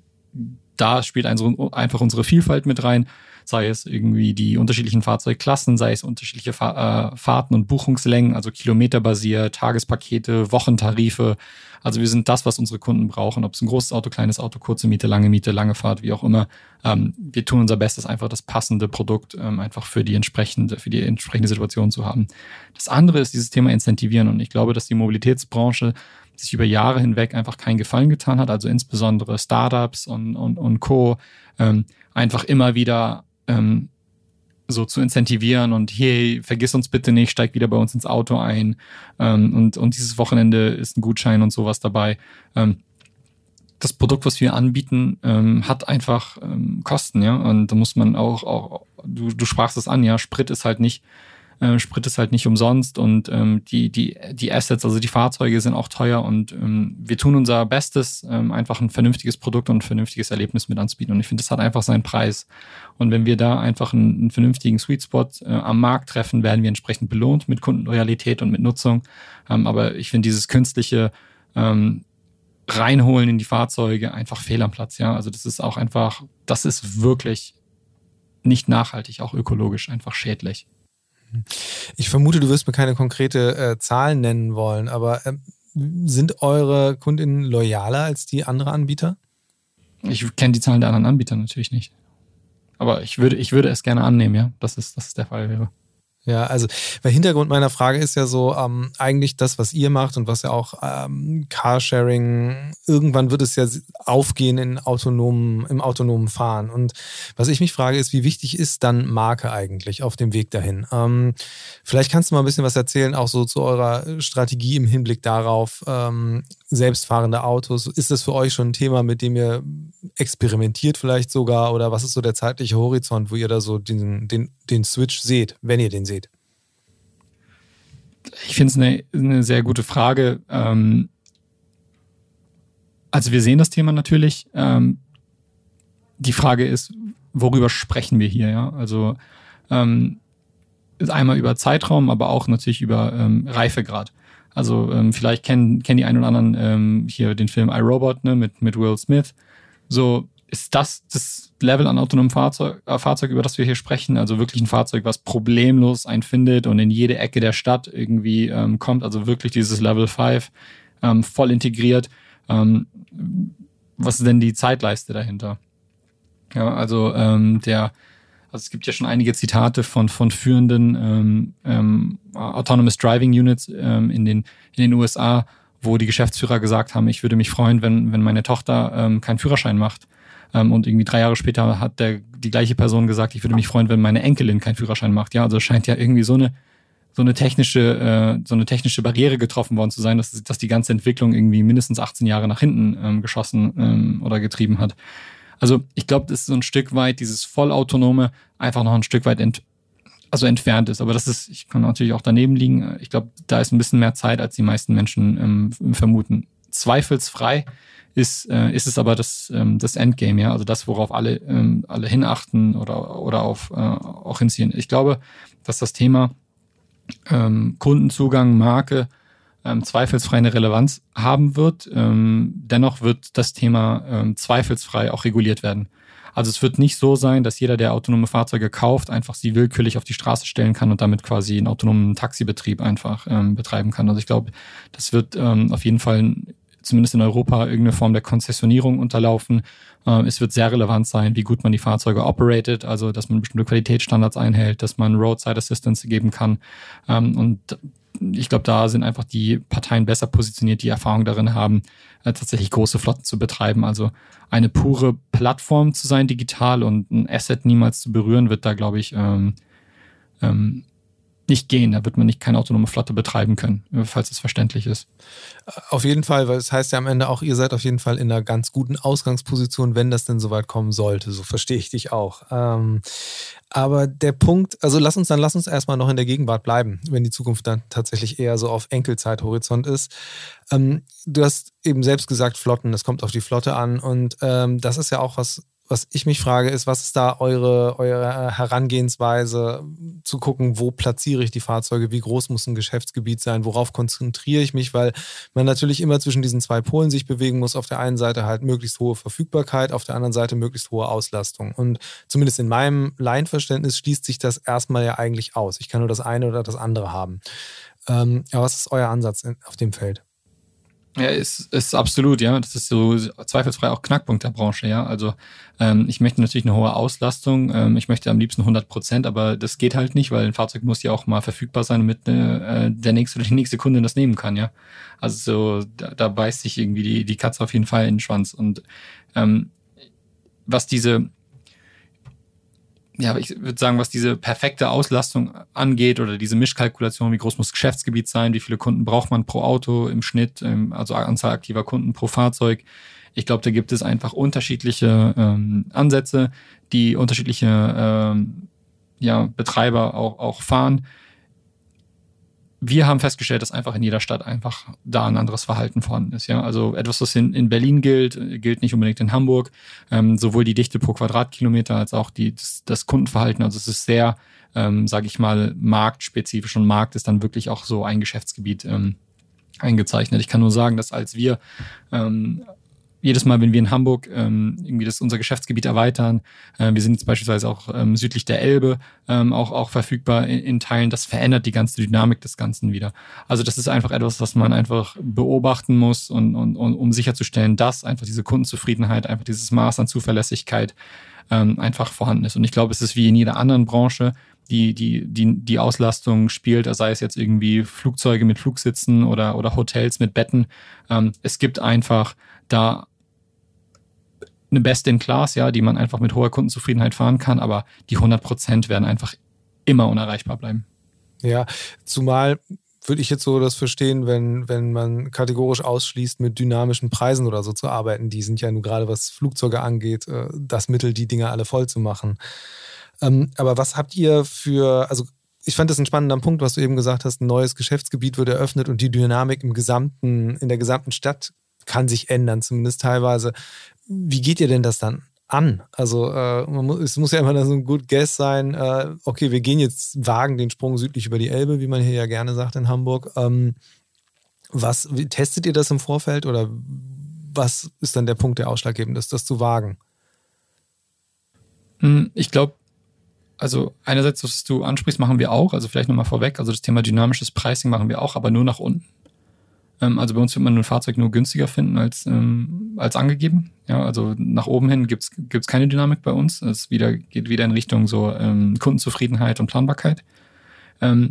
da spielt einfach unsere Vielfalt mit rein, sei es irgendwie die unterschiedlichen Fahrzeugklassen, sei es unterschiedliche Fa- äh, Fahrten und Buchungslängen, also kilometerbasiert, Tagespakete, Wochentarife. Also wir sind das, was unsere Kunden brauchen, ob es ein großes Auto, kleines Auto, kurze Miete, lange Miete, lange Fahrt, wie auch immer. Ähm, wir tun unser Bestes, einfach das passende Produkt ähm, einfach für die entsprechende, für die entsprechende Situation zu haben. Das andere ist dieses Thema Incentivieren und ich glaube, dass die Mobilitätsbranche sich über Jahre hinweg einfach keinen Gefallen getan hat, also insbesondere Startups und, und, und Co. Ähm, einfach immer wieder ähm, so zu incentivieren und hey, vergiss uns bitte nicht, steig wieder bei uns ins Auto ein ähm, und, und dieses Wochenende ist ein Gutschein und sowas dabei. Ähm, das Produkt, was wir anbieten, ähm, hat einfach ähm, Kosten, ja, und da muss man auch, auch du, du sprachst es an, ja, Sprit ist halt nicht Äh, Sprit ist halt nicht umsonst und ähm, die, die, die Assets, also die Fahrzeuge sind auch teuer und ähm, wir tun unser Bestes, ähm, einfach ein vernünftiges Produkt und ein vernünftiges Erlebnis mit anzubieten und ich finde, das hat einfach seinen Preis und wenn wir da einfach einen, einen vernünftigen Sweet Spot äh, am Markt treffen, werden wir entsprechend belohnt mit Kundenloyalität und mit Nutzung, ähm, aber ich finde dieses künstliche ähm, Reinholen in die Fahrzeuge einfach fehl am Platz, ja, also das ist auch einfach, das ist wirklich nicht nachhaltig, auch ökologisch einfach schädlich. Ich vermute, du wirst mir keine konkrete äh, Zahlen nennen wollen, aber äh, sind eure Kundinnen loyaler als die anderen Anbieter? Ich kenne die Zahlen der anderen Anbieter natürlich nicht. Aber ich würde, ich würde es gerne annehmen, ja, dass es, dass es der Fall wäre. Ja, also der Hintergrund meiner Frage ist ja so, ähm, eigentlich das, was ihr macht und was ja auch ähm, Carsharing, irgendwann wird es ja aufgehen in autonomen, im autonomen Fahren. Und was ich mich frage, ist, wie wichtig ist dann Marke eigentlich auf dem Weg dahin? Ähm, vielleicht kannst du mal ein bisschen was erzählen, auch so zu eurer Strategie im Hinblick darauf, ähm, selbstfahrende Autos. Ist das für euch schon ein Thema, mit dem ihr experimentiert vielleicht sogar? Oder was ist so der zeitliche Horizont, wo ihr da so den, den, den Switch seht, wenn ihr den seht? Ich finde es eine, eine sehr gute Frage. Ähm, also wir sehen das Thema natürlich. Ähm, die Frage ist, worüber sprechen wir hier? Ja? Also ähm, einmal über Zeitraum, aber auch natürlich über ähm, Reifegrad. Also ähm, vielleicht kennen, kennen die einen oder anderen ähm, hier den Film iRobot, ne, mit, mit Will Smith. So, ist das das Level an autonomem Fahrzeug, äh, Fahrzeug, über das wir hier sprechen? Also wirklich ein Fahrzeug, was problemlos einen findet und in jede Ecke der Stadt irgendwie ähm, kommt. Also wirklich dieses Level fünf, ähm, voll integriert. Ähm, was ist denn die Zeitleiste dahinter? Ja, also ähm, der Also es gibt ja schon einige Zitate von, von führenden ähm, ähm, Autonomous Driving Units ähm, in, den, in den U S A, wo die Geschäftsführer gesagt haben, ich würde mich freuen, wenn, wenn meine Tochter ähm, keinen Führerschein macht. Ähm, und irgendwie drei Jahre später hat der, die gleiche Person gesagt, ich würde mich freuen, wenn meine Enkelin keinen Führerschein macht. Ja, also es scheint ja irgendwie so eine, so eine technische, äh, so eine technische Barriere getroffen worden zu sein, dass, dass die ganze Entwicklung irgendwie mindestens achtzehn Jahre nach hinten ähm, geschossen ähm, oder getrieben hat. Also ich glaube, das ist so ein Stück weit, dieses Vollautonome einfach noch ein Stück weit ent, also entfernt ist. Aber das ist, ich kann natürlich auch daneben liegen. Ich glaube, da ist ein bisschen mehr Zeit, als die meisten Menschen ähm, vermuten. Zweifelsfrei ist, äh, ist es aber das, ähm, das Endgame, ja. Also das, worauf alle, ähm, alle hinachten oder, oder auf, äh, auch hinziehen. Ich glaube, dass das Thema ähm, Kundenzugang, Marke, Ähm, zweifelsfrei eine Relevanz haben wird. Ähm, dennoch wird das Thema ähm, zweifelsfrei auch reguliert werden. Also es wird nicht so sein, dass jeder, der autonome Fahrzeuge kauft, einfach sie willkürlich auf die Straße stellen kann und damit quasi einen autonomen Taxibetrieb einfach ähm, betreiben kann. Also ich glaube, das wird ähm, auf jeden Fall zumindest in Europa irgendeine Form der Konzessionierung unterlaufen. Ähm, es wird sehr relevant sein, wie gut man die Fahrzeuge operated, also dass man bestimmte Qualitätsstandards einhält, dass man Roadside Assistance geben kann. Ähm, und ich glaube, da sind einfach die Parteien besser positioniert, die Erfahrung darin haben, äh, tatsächlich große Flotten zu betreiben. Also eine pure Plattform zu sein digital und ein Asset niemals zu berühren, wird da, glaube ich, ähm, ähm, nicht gehen. Da wird man nicht keine autonome Flotte betreiben können, falls es verständlich ist. Auf jeden Fall, weil es heißt ja am Ende auch, ihr seid auf jeden Fall in einer ganz guten Ausgangsposition, wenn das denn soweit kommen sollte. So verstehe ich dich auch. Ähm, aber der Punkt, also lass uns dann, lass uns erstmal noch in der Gegenwart bleiben, wenn die Zukunft dann tatsächlich eher so auf Enkelzeithorizont ist. Ähm, du hast eben selbst gesagt, Flotten, das kommt auf die Flotte an und ähm, das ist ja auch was, was ich mich frage, ist, was ist da eure, eure Herangehensweise, zu gucken, wo platziere ich die Fahrzeuge, wie groß muss ein Geschäftsgebiet sein, worauf konzentriere ich mich, weil man natürlich immer zwischen diesen zwei Polen sich bewegen muss. Auf der einen Seite halt möglichst hohe Verfügbarkeit, auf der anderen Seite möglichst hohe Auslastung. Und zumindest in meinem Laienverständnis schließt sich das erstmal ja eigentlich aus. Ich kann nur das eine oder das andere haben. Ähm, aber was ist euer Ansatz in, auf dem Feld? Ja, ist, ist absolut, ja. Das ist so zweifelsfrei auch Knackpunkt der Branche, ja. Also ähm, ich möchte natürlich eine hohe Auslastung. Ähm, ich möchte am liebsten hundert Prozent, aber das geht halt nicht, weil ein Fahrzeug muss ja auch mal verfügbar sein, damit äh, der nächste oder die nächste Kundin das nehmen kann, ja. Also so, da, da beißt sich irgendwie die, die Katze auf jeden Fall in den Schwanz. Und ähm, was diese ja, ich würde sagen, was diese perfekte Auslastung angeht oder diese Mischkalkulation, wie groß muss das Geschäftsgebiet sein, wie viele Kunden braucht man pro Auto im Schnitt, also Anzahl aktiver Kunden pro Fahrzeug. Ich glaube, da gibt es einfach unterschiedliche ähm, Ansätze, die unterschiedliche ähm, ja, Betreiber auch, auch fahren. Wir haben festgestellt, dass einfach in jeder Stadt einfach da ein anderes Verhalten vorhanden ist. Ja, also etwas, was in, in Berlin gilt, gilt nicht unbedingt in Hamburg. Ähm, sowohl die Dichte pro Quadratkilometer als auch die, das, das Kundenverhalten. Also es ist sehr, ähm, sage ich mal, marktspezifisch. Und Markt ist dann wirklich auch so ein Geschäftsgebiet ähm, eingezeichnet. Ich kann nur sagen, dass als wir ähm, jedes Mal, wenn wir in Hamburg ähm, irgendwie das unser Geschäftsgebiet erweitern, äh, wir sind jetzt beispielsweise auch ähm, südlich der Elbe ähm, auch auch verfügbar in, in Teilen, das verändert die ganze Dynamik des Ganzen wieder. Also das ist einfach etwas, was man einfach beobachten muss und, und, und um sicherzustellen, dass einfach diese Kundenzufriedenheit, einfach dieses Maß an Zuverlässigkeit ähm, einfach vorhanden ist. Und ich glaube, es ist wie in jeder anderen Branche, die die die die Auslastung spielt, sei es jetzt irgendwie Flugzeuge mit Flugsitzen oder oder Hotels mit Betten. Ähm, es gibt einfach da eine Best in Class, ja, die man einfach mit hoher Kundenzufriedenheit fahren kann, aber die hundert Prozent werden einfach immer unerreichbar bleiben. Ja, zumal würde ich jetzt so das verstehen, wenn, wenn man kategorisch ausschließt, mit dynamischen Preisen oder so zu arbeiten. Die sind ja nun gerade, was Flugzeuge angeht, das Mittel, die Dinger alle voll zu machen. Aber was habt ihr für, also ich fand das ein spannender Punkt, was du eben gesagt hast, ein neues Geschäftsgebiet wird eröffnet und die Dynamik im gesamten, in der gesamten Stadt kann sich ändern, zumindest teilweise. Wie geht ihr denn das dann an? Also äh, man muss, es muss ja immer so ein Good Guess sein, äh, okay, wir gehen jetzt, wagen den Sprung südlich über die Elbe, wie man hier ja gerne sagt in Hamburg. Ähm, was, wie, testet ihr das im Vorfeld oder was ist dann der Punkt, der ausschlaggebend ist, das zu wagen? Ich glaube, also einerseits, was du ansprichst, machen wir auch, also vielleicht nochmal vorweg, also das Thema dynamisches Pricing machen wir auch, aber nur nach unten. Also bei uns wird man ein Fahrzeug nur günstiger finden als, ähm, als angegeben. Ja, also nach oben hin gibt's gibt's keine Dynamik bei uns. Es wieder, geht wieder in Richtung so ähm, Kundenzufriedenheit und Planbarkeit. Ähm,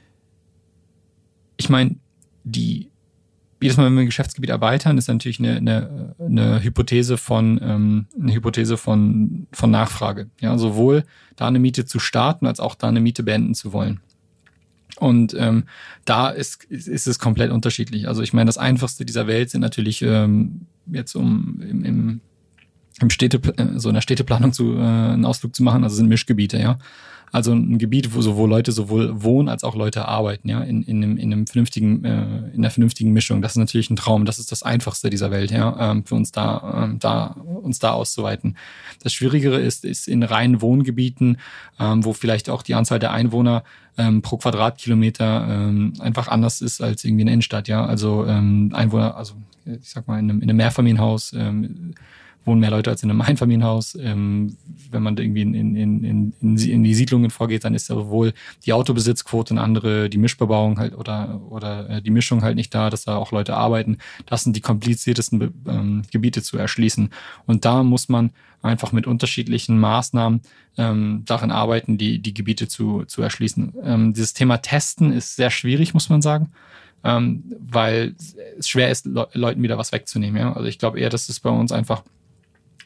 ich meine, die jedes Mal, wenn wir ein Geschäftsgebiet erweitern, ist natürlich eine, eine, eine Hypothese von ähm, eine Hypothese von von Nachfrage. Ja, sowohl da eine Miete zu starten als auch da eine Miete beenden zu wollen. Und ähm, da ist, ist, ist es komplett unterschiedlich. Also ich meine, das Einfachste dieser Welt sind natürlich ähm, jetzt um im, im, im Städte, so in der Städteplanung zu äh, einen Ausflug zu machen, also sind Mischgebiete, ja. Also ein Gebiet, wo sowohl Leute sowohl wohnen als auch Leute arbeiten, ja, in, in einem, in einem vernünftigen, äh, in einer vernünftigen Mischung. Das ist natürlich ein Traum. Das ist das Einfachste dieser Welt, ja, ähm, für uns da, ähm, da uns da auszuweiten. Das Schwierigere ist, ist in reinen Wohngebieten, ähm, wo vielleicht auch die Anzahl der Einwohner ähm, pro Quadratkilometer ähm, einfach anders ist als irgendwie in der Innenstadt, ja. Also ähm, Einwohner, also ich sag mal in einem, in einem Mehrfamilienhaus ähm, wohnen mehr Leute als in einem Einfamilienhaus. Ähm, wenn man irgendwie in, in, in, in, in die Siedlungen vorgeht, dann ist ja sowohl die Autobesitzquote eine andere, die Mischbebauung halt oder oder äh, die Mischung halt nicht da, dass da auch Leute arbeiten. Das sind die kompliziertesten ähm, Gebiete zu erschließen. Und da muss man einfach mit unterschiedlichen Maßnahmen ähm, darin arbeiten, die die Gebiete zu zu erschließen. Ähm, dieses Thema Testen ist sehr schwierig, muss man sagen. Ähm, weil es schwer ist, Le- Leuten wieder was wegzunehmen. Ja? Also ich glaube eher, dass es bei uns einfach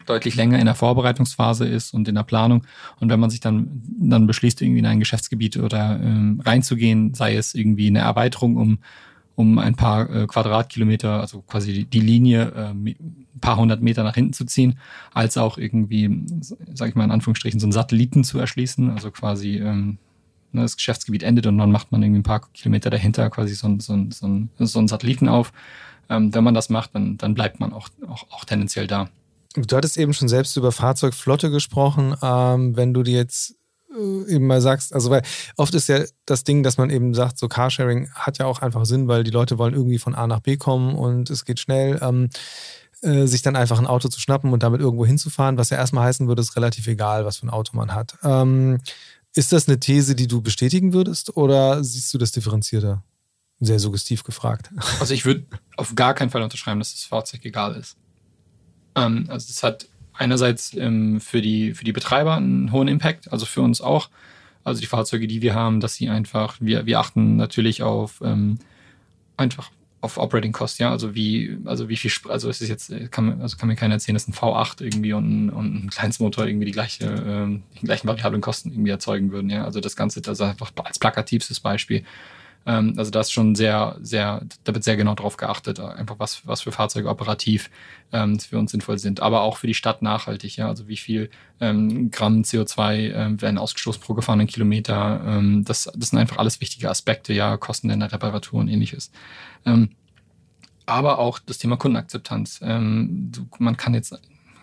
deutlich länger in der Vorbereitungsphase ist und in der Planung. Und wenn man sich dann dann beschließt, irgendwie in ein Geschäftsgebiet oder ähm, reinzugehen, sei es irgendwie eine Erweiterung um um ein paar äh, Quadratkilometer, also quasi die, die Linie äh, ein paar hundert Meter nach hinten zu ziehen, als auch irgendwie, sage ich mal in Anführungsstrichen, so einen Satelliten zu erschließen, also quasi ähm, das Geschäftsgebiet endet und dann macht man irgendwie ein paar Kilometer dahinter quasi so, ein, so, ein, so, ein, so einen Satelliten auf. Ähm, wenn man das macht, dann, dann bleibt man auch, auch, auch tendenziell da. Du hattest eben schon selbst über Fahrzeugflotte gesprochen. Ähm, wenn du dir jetzt äh, eben mal sagst, also weil oft ist ja das Ding, dass man eben sagt, so Carsharing hat ja auch einfach Sinn, weil die Leute wollen irgendwie von A nach B kommen und es geht schnell, ähm, äh, sich dann einfach ein Auto zu schnappen und damit irgendwo hinzufahren, was ja erstmal heißen würde, ist relativ egal, was für ein Auto man hat. Ähm, ist das eine These, die du bestätigen würdest oder siehst du das differenzierter? Sehr suggestiv gefragt. Also ich würde auf gar keinen Fall unterschreiben, dass das Fahrzeug egal ist. Ähm, also es hat einerseits ähm, für die für die Betreiber einen hohen Impact, also für uns auch. Also die Fahrzeuge, die wir haben, dass sie einfach, wir wir achten natürlich auf ähm, einfach auf Operating Cost, ja, also wie also wie viel, also es ist jetzt kann also kann mir keiner erzählen, dass ein V acht irgendwie und ein, und ein Kleinstmotor irgendwie die gleiche ähm, die gleichen variablen Kosten irgendwie erzeugen würden, ja. Also das Ganze, das einfach als plakativstes Beispiel. Also da ist schon sehr, sehr, da wird sehr genau drauf geachtet, einfach was, was für Fahrzeuge operativ ähm, für uns sinnvoll sind, aber auch für die Stadt nachhaltig, ja, also wie viel ähm, Gramm C O zwei ähm, werden ausgestoßen pro gefahrenen Kilometer, ähm, das, das sind einfach alles wichtige Aspekte, ja, Kosten in der Reparatur und ähnliches. Ähm, aber auch das Thema Kundenakzeptanz. Ähm, du, man kann jetzt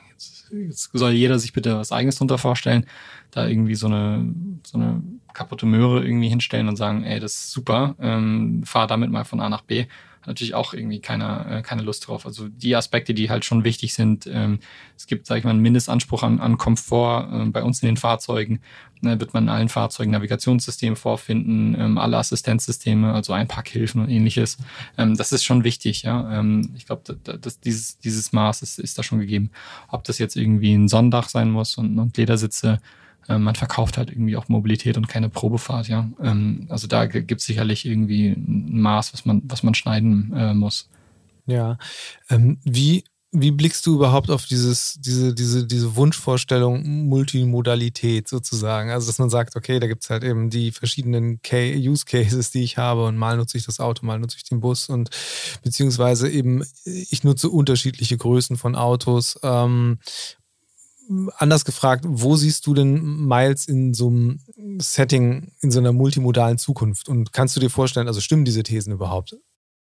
Jetzt soll jeder sich bitte was Eigenes drunter vorstellen, da irgendwie so eine, so eine kaputte Möhre irgendwie hinstellen und sagen, ey, das ist super, ähm, fahr damit mal von A nach B. Hat natürlich auch irgendwie keiner, äh, keine Lust drauf. Also die Aspekte, die halt schon wichtig sind, ähm, es gibt, sag ich mal, einen Mindestanspruch an, an Komfort. Ähm, bei uns in den Fahrzeugen ne, wird man in allen Fahrzeugen Navigationssysteme vorfinden, ähm, alle Assistenzsysteme, also Einparkhilfen und ähnliches. Ähm, das ist schon wichtig, ja. Ähm, ich glaube, da, das, dieses, dieses Maß ist, ist da schon gegeben. Ob das jetzt irgendwie ein Sonnendach sein muss und, und Ledersitze, ähm, man verkauft halt irgendwie auch Mobilität und keine Probefahrt, ja. Ähm, also da gibt es sicherlich irgendwie ein Maß, was man, was man schneiden äh, muss. Ja. Ähm, wie Wie blickst du überhaupt auf dieses, diese, diese, diese Wunschvorstellung Multimodalität sozusagen? Also, dass man sagt, okay, da gibt es halt eben die verschiedenen Use Cases, die ich habe und mal nutze ich das Auto, mal nutze ich den Bus und beziehungsweise eben ich nutze unterschiedliche Größen von Autos. Ähm, anders gefragt, wo siehst du denn Miles in so einem Setting, in so einer multimodalen Zukunft? Und kannst du dir vorstellen, also stimmen diese Thesen überhaupt?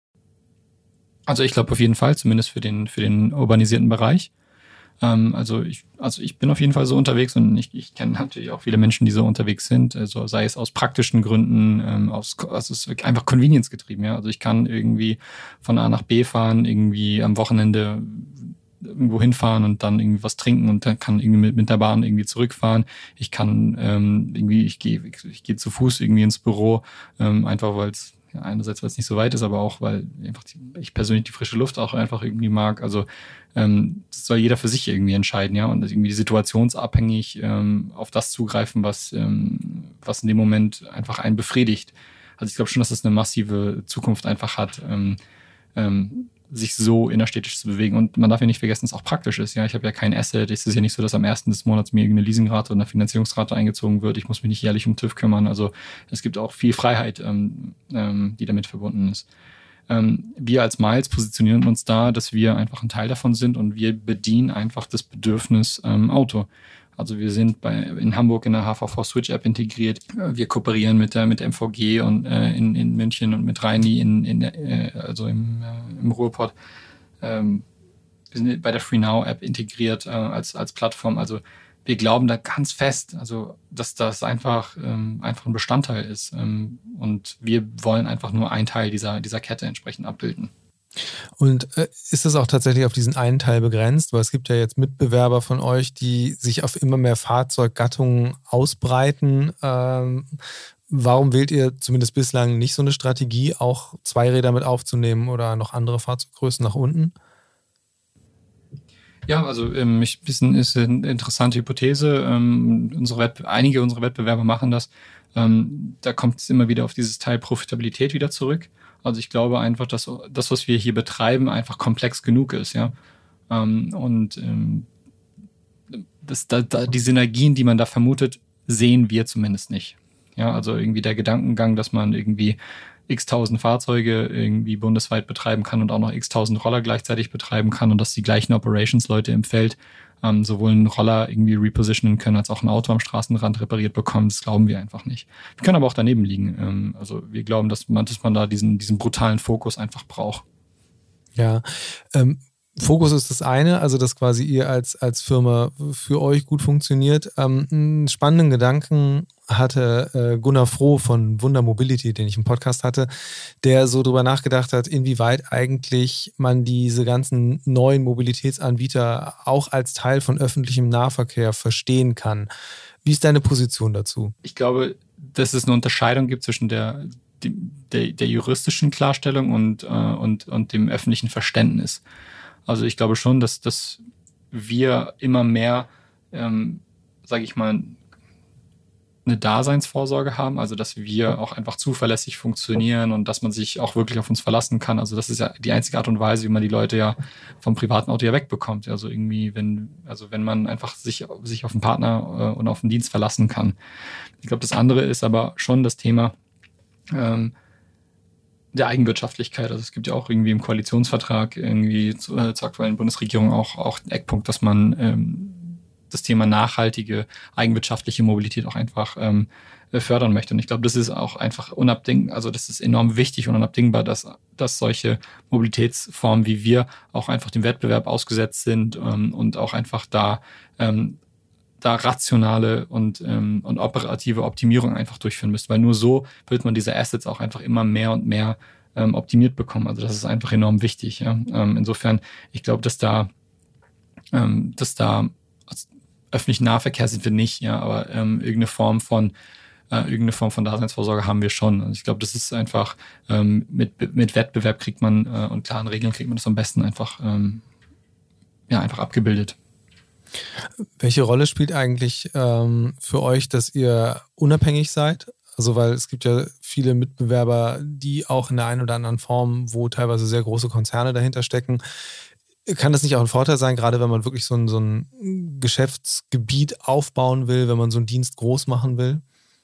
Also ich glaube auf jeden Fall, zumindest für den, für den urbanisierten Bereich. Ähm, also, ich, also ich bin auf jeden Fall so unterwegs und ich, ich kenne natürlich auch viele Menschen, die so unterwegs sind, also sei es aus praktischen Gründen, ähm, aus, also es ist einfach Convenience getrieben. Ja? Also ich kann irgendwie von A nach B fahren, irgendwie am Wochenende irgendwo hinfahren und dann irgendwie was trinken und dann kann irgendwie mit, mit der Bahn irgendwie zurückfahren. Ich kann irgendwie, ich gehe ich gehe zu Fuß irgendwie ins Büro, ähm, einfach weil es ja, einerseits, weil es nicht so weit ist, aber auch, weil einfach die, ich persönlich die frische Luft auch einfach irgendwie mag. Also ähm, das soll jeder für sich irgendwie entscheiden, ja, und irgendwie situationsabhängig ähm, auf das zugreifen, was ähm, was in dem Moment einfach einen befriedigt. Also ich glaube schon, dass das eine massive Zukunft einfach hat, ähm, ähm, sich so innerstädtisch zu bewegen. Und man darf ja nicht vergessen, dass es auch praktisch ist. Ja, ich habe ja kein Asset. Es ist ja nicht so, dass am ersten des Monats mir irgendeine Leasingrate oder eine Finanzierungsrate eingezogen wird. Ich muss mich nicht jährlich um TÜV kümmern. Also es gibt auch viel Freiheit, ähm, ähm, die damit verbunden ist. Ähm, wir als Miles positionieren uns da, dass wir einfach ein Teil davon sind und wir bedienen einfach das Bedürfnis ähm, Auto. Also wir sind bei in Hamburg in der H V V Switch App integriert. Wir kooperieren mit der mit der M V G und äh, in in München und mit Reini in in äh, also im äh, im Ruhrpott. Ähm, wir sind bei der FreeNow App integriert äh, als als Plattform. Also wir glauben da ganz fest, also dass das einfach ähm, einfach ein Bestandteil ist ähm, und wir wollen einfach nur einen Teil dieser dieser Kette entsprechend abbilden. Und äh, ist das auch tatsächlich auf diesen einen Teil begrenzt? Weil es gibt ja jetzt Mitbewerber von euch, die sich auf immer mehr Fahrzeuggattungen ausbreiten. Ähm, warum wählt ihr zumindest bislang nicht so eine Strategie, auch Zweiräder mit aufzunehmen oder noch andere Fahrzeuggrößen nach unten? Ja, also ähm, ich bisschen ist eine interessante Hypothese. Ähm, unsere Wett- einige unserer Wettbewerber machen das. Ähm, da kommt es immer wieder auf dieses Teil Profitabilität wieder zurück. Also ich glaube einfach, dass das, was wir hier betreiben, einfach komplex genug ist, ja. Ähm, und ähm, das, da, da, die Synergien, die man da vermutet, sehen wir zumindest nicht. Ja, also irgendwie der Gedankengang, dass man irgendwie x tausend Fahrzeuge irgendwie bundesweit betreiben kann und auch noch x tausend Roller gleichzeitig betreiben kann und dass die gleichen Operations-Leute im Feld ähm, sowohl einen Roller irgendwie repositionen können, als auch ein Auto am Straßenrand repariert bekommen, das glauben wir einfach nicht. Wir können aber auch daneben liegen. Ähm, also wir glauben, dass man, dass man da diesen, diesen brutalen Fokus einfach braucht. Ja, ähm, Fokus ist das eine, also dass quasi ihr als, als Firma für euch gut funktioniert. Ähm, einen spannenden Gedanken hatte äh, Gunnar Froh von Wunder Mobility, den ich im Podcast hatte, der so drüber nachgedacht hat, inwieweit eigentlich man diese ganzen neuen Mobilitätsanbieter auch als Teil von öffentlichem Nahverkehr verstehen kann. Wie ist deine Position dazu? Ich glaube, dass es eine Unterscheidung gibt zwischen der, der, der juristischen Klarstellung und, äh, und, und dem öffentlichen Verständnis. Also ich glaube schon, dass, dass wir immer mehr, ähm, sage ich mal, eine Daseinsvorsorge haben, also dass wir auch einfach zuverlässig funktionieren und dass man sich auch wirklich auf uns verlassen kann. Also das ist ja die einzige Art und Weise, wie man die Leute ja vom privaten Auto ja wegbekommt. Also irgendwie, wenn, also wenn man einfach sich, sich auf einen Partner äh, und auf den Dienst verlassen kann. Ich glaube, das andere ist aber schon das Thema ähm, der Eigenwirtschaftlichkeit. Also es gibt ja auch irgendwie im Koalitionsvertrag irgendwie zu, äh, zur aktuellen Bundesregierung auch, auch einen Eckpunkt, dass man ähm, das Thema nachhaltige, eigenwirtschaftliche Mobilität auch einfach ähm, fördern möchte. Und ich glaube, das ist auch einfach unabdingbar, also das ist enorm wichtig und unabdingbar, dass, dass solche Mobilitätsformen wie wir auch einfach dem Wettbewerb ausgesetzt sind ähm, und auch einfach da ähm, da rationale und, ähm, und operative Optimierung einfach durchführen müsst, weil nur so wird man diese Assets auch einfach immer mehr und mehr ähm, optimiert bekommen. Also das ist einfach enorm wichtig. Ja? Ähm, insofern, ich glaube, dass da, ähm, dass da öffentlichen Nahverkehr sind wir nicht, ja, aber ähm, irgendeine Form von äh, irgendeine Form von Daseinsvorsorge haben wir schon. Also ich glaube, das ist einfach ähm, mit mit Wettbewerb kriegt man äh, und klaren Regeln kriegt man das am besten einfach ähm, ja einfach abgebildet. Welche Rolle spielt eigentlich ähm, für euch, dass ihr unabhängig seid? Also weil es gibt ja viele Mitbewerber, die auch in der einen oder anderen Form, wo teilweise sehr große Konzerne dahinter stecken. Kann das nicht auch ein Vorteil sein, gerade wenn man wirklich so ein, so ein Geschäftsgebiet aufbauen will, wenn man so einen Dienst groß machen will?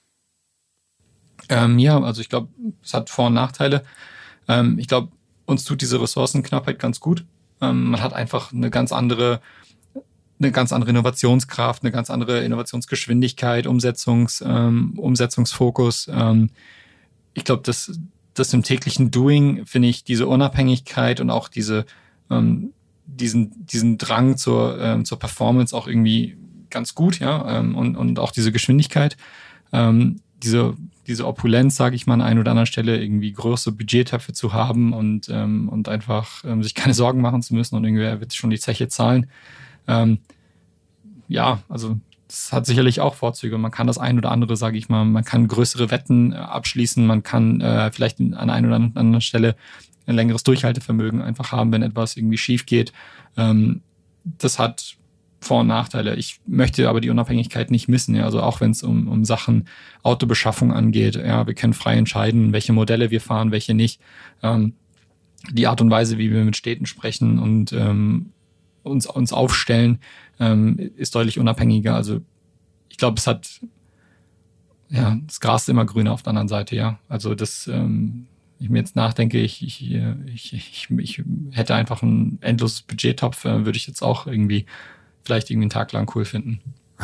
Ähm, ja, also ich glaube, es hat Vor- und Nachteile. Ähm, ich glaube, uns tut diese Ressourcenknappheit ganz gut. Ähm, man hat einfach eine ganz andere eine ganz andere Innovationskraft, eine ganz andere Innovationsgeschwindigkeit, Umsetzungs, ähm, Umsetzungsfokus. Ähm, ich glaube, dass das im täglichen Doing, finde ich, diese Unabhängigkeit und auch diese, ähm, diesen, diesen Drang zur, ähm, zur Performance auch irgendwie ganz gut, ja, ähm, und, und auch diese Geschwindigkeit, ähm, diese, diese Opulenz, sage ich mal, an einer oder anderen Stelle irgendwie große Budgettöpfe zu haben und, ähm, und einfach ähm, sich keine Sorgen machen zu müssen und irgendwer wird schon die Zeche zahlen. Ähm, ja, also das hat sicherlich auch Vorzüge. Man kann das ein oder andere, sage ich mal, man kann größere Wetten äh, abschließen, man kann äh, vielleicht an einer oder anderen Stelle ein längeres Durchhaltevermögen einfach haben, wenn etwas irgendwie schief geht. Ähm, das hat Vor- und Nachteile. Ich möchte aber die Unabhängigkeit nicht missen. Ja? Also auch wenn es um, um Sachen Autobeschaffung angeht. Ja, wir können frei entscheiden, welche Modelle wir fahren, welche nicht. Ähm, die Art und Weise, wie wir mit Städten sprechen und ähm, uns uns aufstellen, ähm, ist deutlich unabhängiger. Also ich glaube, es hat, ja, das Gras ist immer grüner auf der anderen Seite, ja. Also das, ähm, ich mir jetzt nachdenke, ich, ich, ich, ich, ich hätte einfach ein endloses Budgettopf, äh, würde ich jetzt auch irgendwie, vielleicht irgendwie einen Tag lang cool finden.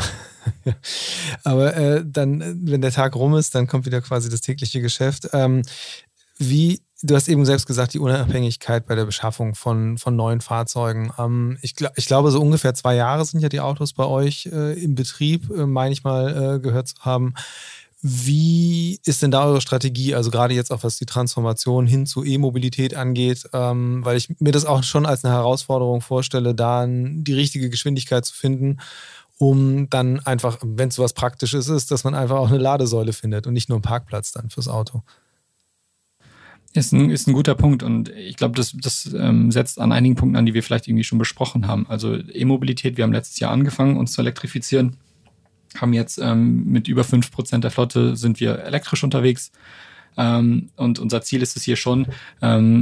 Aber äh, dann, wenn der Tag rum ist, dann kommt wieder quasi das tägliche Geschäft. Ähm, wie Du hast eben selbst gesagt, die Unabhängigkeit bei der Beschaffung von, von neuen Fahrzeugen. Ähm, ich, gl- ich glaube, so ungefähr zwei Jahre sind ja die Autos bei euch äh, im Betrieb, äh, meine ich mal äh, gehört zu haben. Wie ist denn da eure Strategie? Also gerade jetzt auch, was die Transformation hin zu E-Mobilität angeht, ähm, weil ich mir das auch schon als eine Herausforderung vorstelle, da die richtige Geschwindigkeit zu finden, um dann einfach, wenn es so was Praktisches ist, dass man einfach auch eine Ladesäule findet und nicht nur einen Parkplatz dann fürs Auto. Ist ein, ist ein guter Punkt und ich glaube, das, das ähm, setzt an einigen Punkten an, die wir vielleicht irgendwie schon besprochen haben. Also E-Mobilität, wir haben letztes Jahr angefangen, uns zu elektrifizieren, haben jetzt ähm, mit über fünf Prozent der Flotte sind wir elektrisch unterwegs ähm, und unser Ziel ist es hier schon, ähm,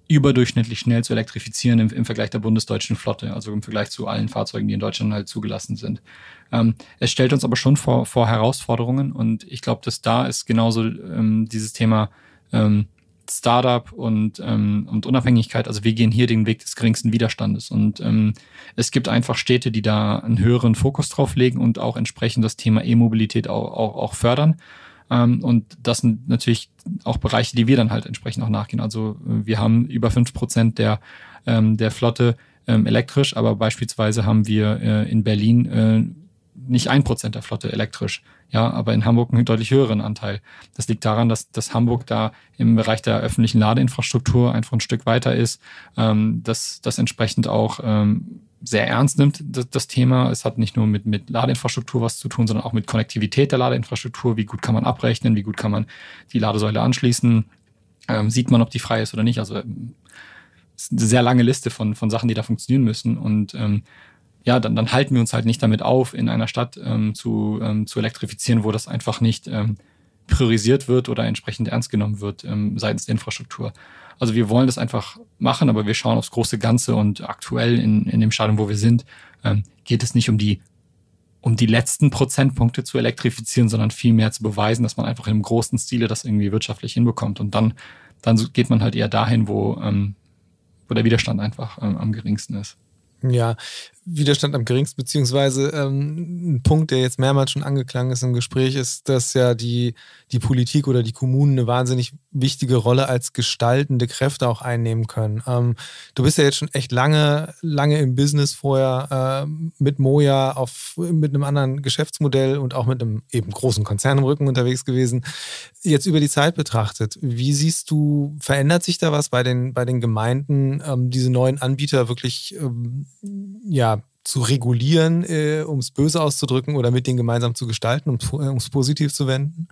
überdurchschnittlich schnell zu elektrifizieren im, im Vergleich der bundesdeutschen Flotte, also im Vergleich zu allen Fahrzeugen, die in Deutschland halt zugelassen sind. Ähm, es stellt uns aber schon vor, vor Herausforderungen und ich glaube, dass da ist genauso ähm, dieses Thema ähm, Startup und, ähm, und Unabhängigkeit, also wir gehen hier den Weg des geringsten Widerstandes und ähm, es gibt einfach Städte, die da einen höheren Fokus drauf legen und auch entsprechend das Thema E-Mobilität auch, auch, auch fördern. Ähm, und das sind natürlich auch Bereiche, die wir dann halt entsprechend auch nachgehen. Also wir haben über fünf Prozent der, ähm, der Flotte ähm, elektrisch, aber beispielsweise haben wir äh, in Berlin äh, nicht ein Prozent der Flotte elektrisch, ja, aber in Hamburg einen deutlich höheren Anteil. Das liegt daran, dass, dass Hamburg da im Bereich der öffentlichen Ladeinfrastruktur einfach ein Stück weiter ist, ähm, dass das entsprechend auch ähm, sehr ernst nimmt, das, das Thema. Es hat nicht nur mit, mit Ladeinfrastruktur was zu tun, sondern auch mit Konnektivität der Ladeinfrastruktur. Wie gut kann man abrechnen? Wie gut kann man die Ladesäule anschließen? Ähm, sieht man, ob die frei ist oder nicht? Also ähm, es ist eine sehr lange Liste von, von Sachen, die da funktionieren müssen. Und ähm, ja, dann, dann halten wir uns halt nicht damit auf, in einer Stadt ähm, zu, ähm, zu elektrifizieren, wo das einfach nicht ähm, priorisiert wird oder entsprechend ernst genommen wird ähm, seitens der Infrastruktur. Also wir wollen das einfach machen, aber wir schauen aufs große Ganze und aktuell in, in dem Stadium, wo wir sind, ähm, geht es nicht um die, um die letzten Prozentpunkte zu elektrifizieren, sondern vielmehr zu beweisen, dass man einfach im großen Stile das irgendwie wirtschaftlich hinbekommt. Und dann, dann geht man halt eher dahin, wo, ähm, wo der Widerstand einfach ähm, am geringsten ist. Ja, Widerstand am geringsten, beziehungsweise ähm, ein Punkt, der jetzt mehrmals schon angeklangen ist im Gespräch, ist, dass ja die, die Politik oder die Kommunen eine wahnsinnig wichtige Rolle als gestaltende Kräfte auch einnehmen können. Ähm, du bist ja jetzt schon echt lange, lange im Business vorher, äh, mit Moja auf, mit einem anderen Geschäftsmodell und auch mit einem eben großen Konzern im Rücken unterwegs gewesen. Jetzt über die Zeit betrachtet, wie siehst du, verändert sich da was bei den, bei den Gemeinden, ähm, diese neuen Anbieter wirklich ähm, ja, zu regulieren, äh, um es böse auszudrücken, oder mit denen gemeinsam zu gestalten, um es positiv zu wenden?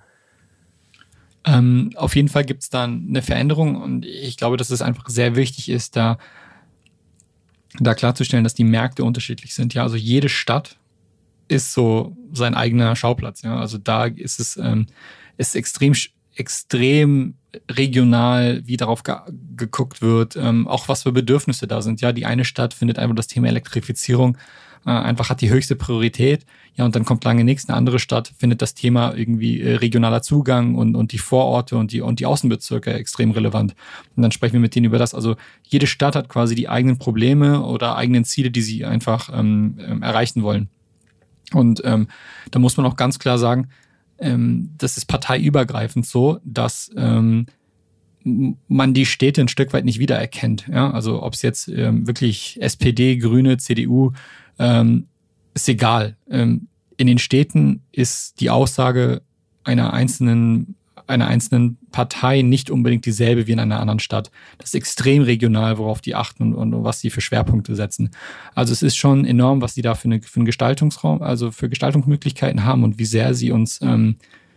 Ähm, auf jeden Fall gibt es da eine Veränderung und ich glaube, dass es einfach sehr wichtig ist, da, da klarzustellen, dass die Märkte unterschiedlich sind. Ja, also jede Stadt ist so sein eigener Schauplatz. Ja, also da ist es ähm, ist extrem extrem regional, wie darauf ge- geguckt wird, ähm, auch was für Bedürfnisse da sind. Ja, die eine Stadt findet einfach das Thema Elektrifizierung äh, einfach hat die höchste Priorität. Ja, und dann kommt lange nichts. Eine andere Stadt findet das Thema irgendwie äh, regionaler Zugang und, und die Vororte und die, und die Außenbezirke extrem relevant. Und dann sprechen wir mit denen über das. Also jede Stadt hat quasi die eigenen Probleme oder eigenen Ziele, die sie einfach ähm, ähm, erreichen wollen. Und ähm, da muss man auch ganz klar sagen, ähm, das ist parteiübergreifend so, dass ähm, man die Städte ein Stück weit nicht wiedererkennt. Ja? Also ob es jetzt ähm, wirklich S P D, Grüne, C D U, ähm, ist egal. Ähm, in den Städten ist die Aussage einer einzelnen, einer einzelnen Partei nicht unbedingt dieselbe wie in einer anderen Stadt. Das ist extrem regional, worauf die achten und, und was sie für Schwerpunkte setzen. Also es ist schon enorm, was sie da für, eine, für einen Gestaltungsraum, also für Gestaltungsmöglichkeiten haben und wie sehr sie uns ähm,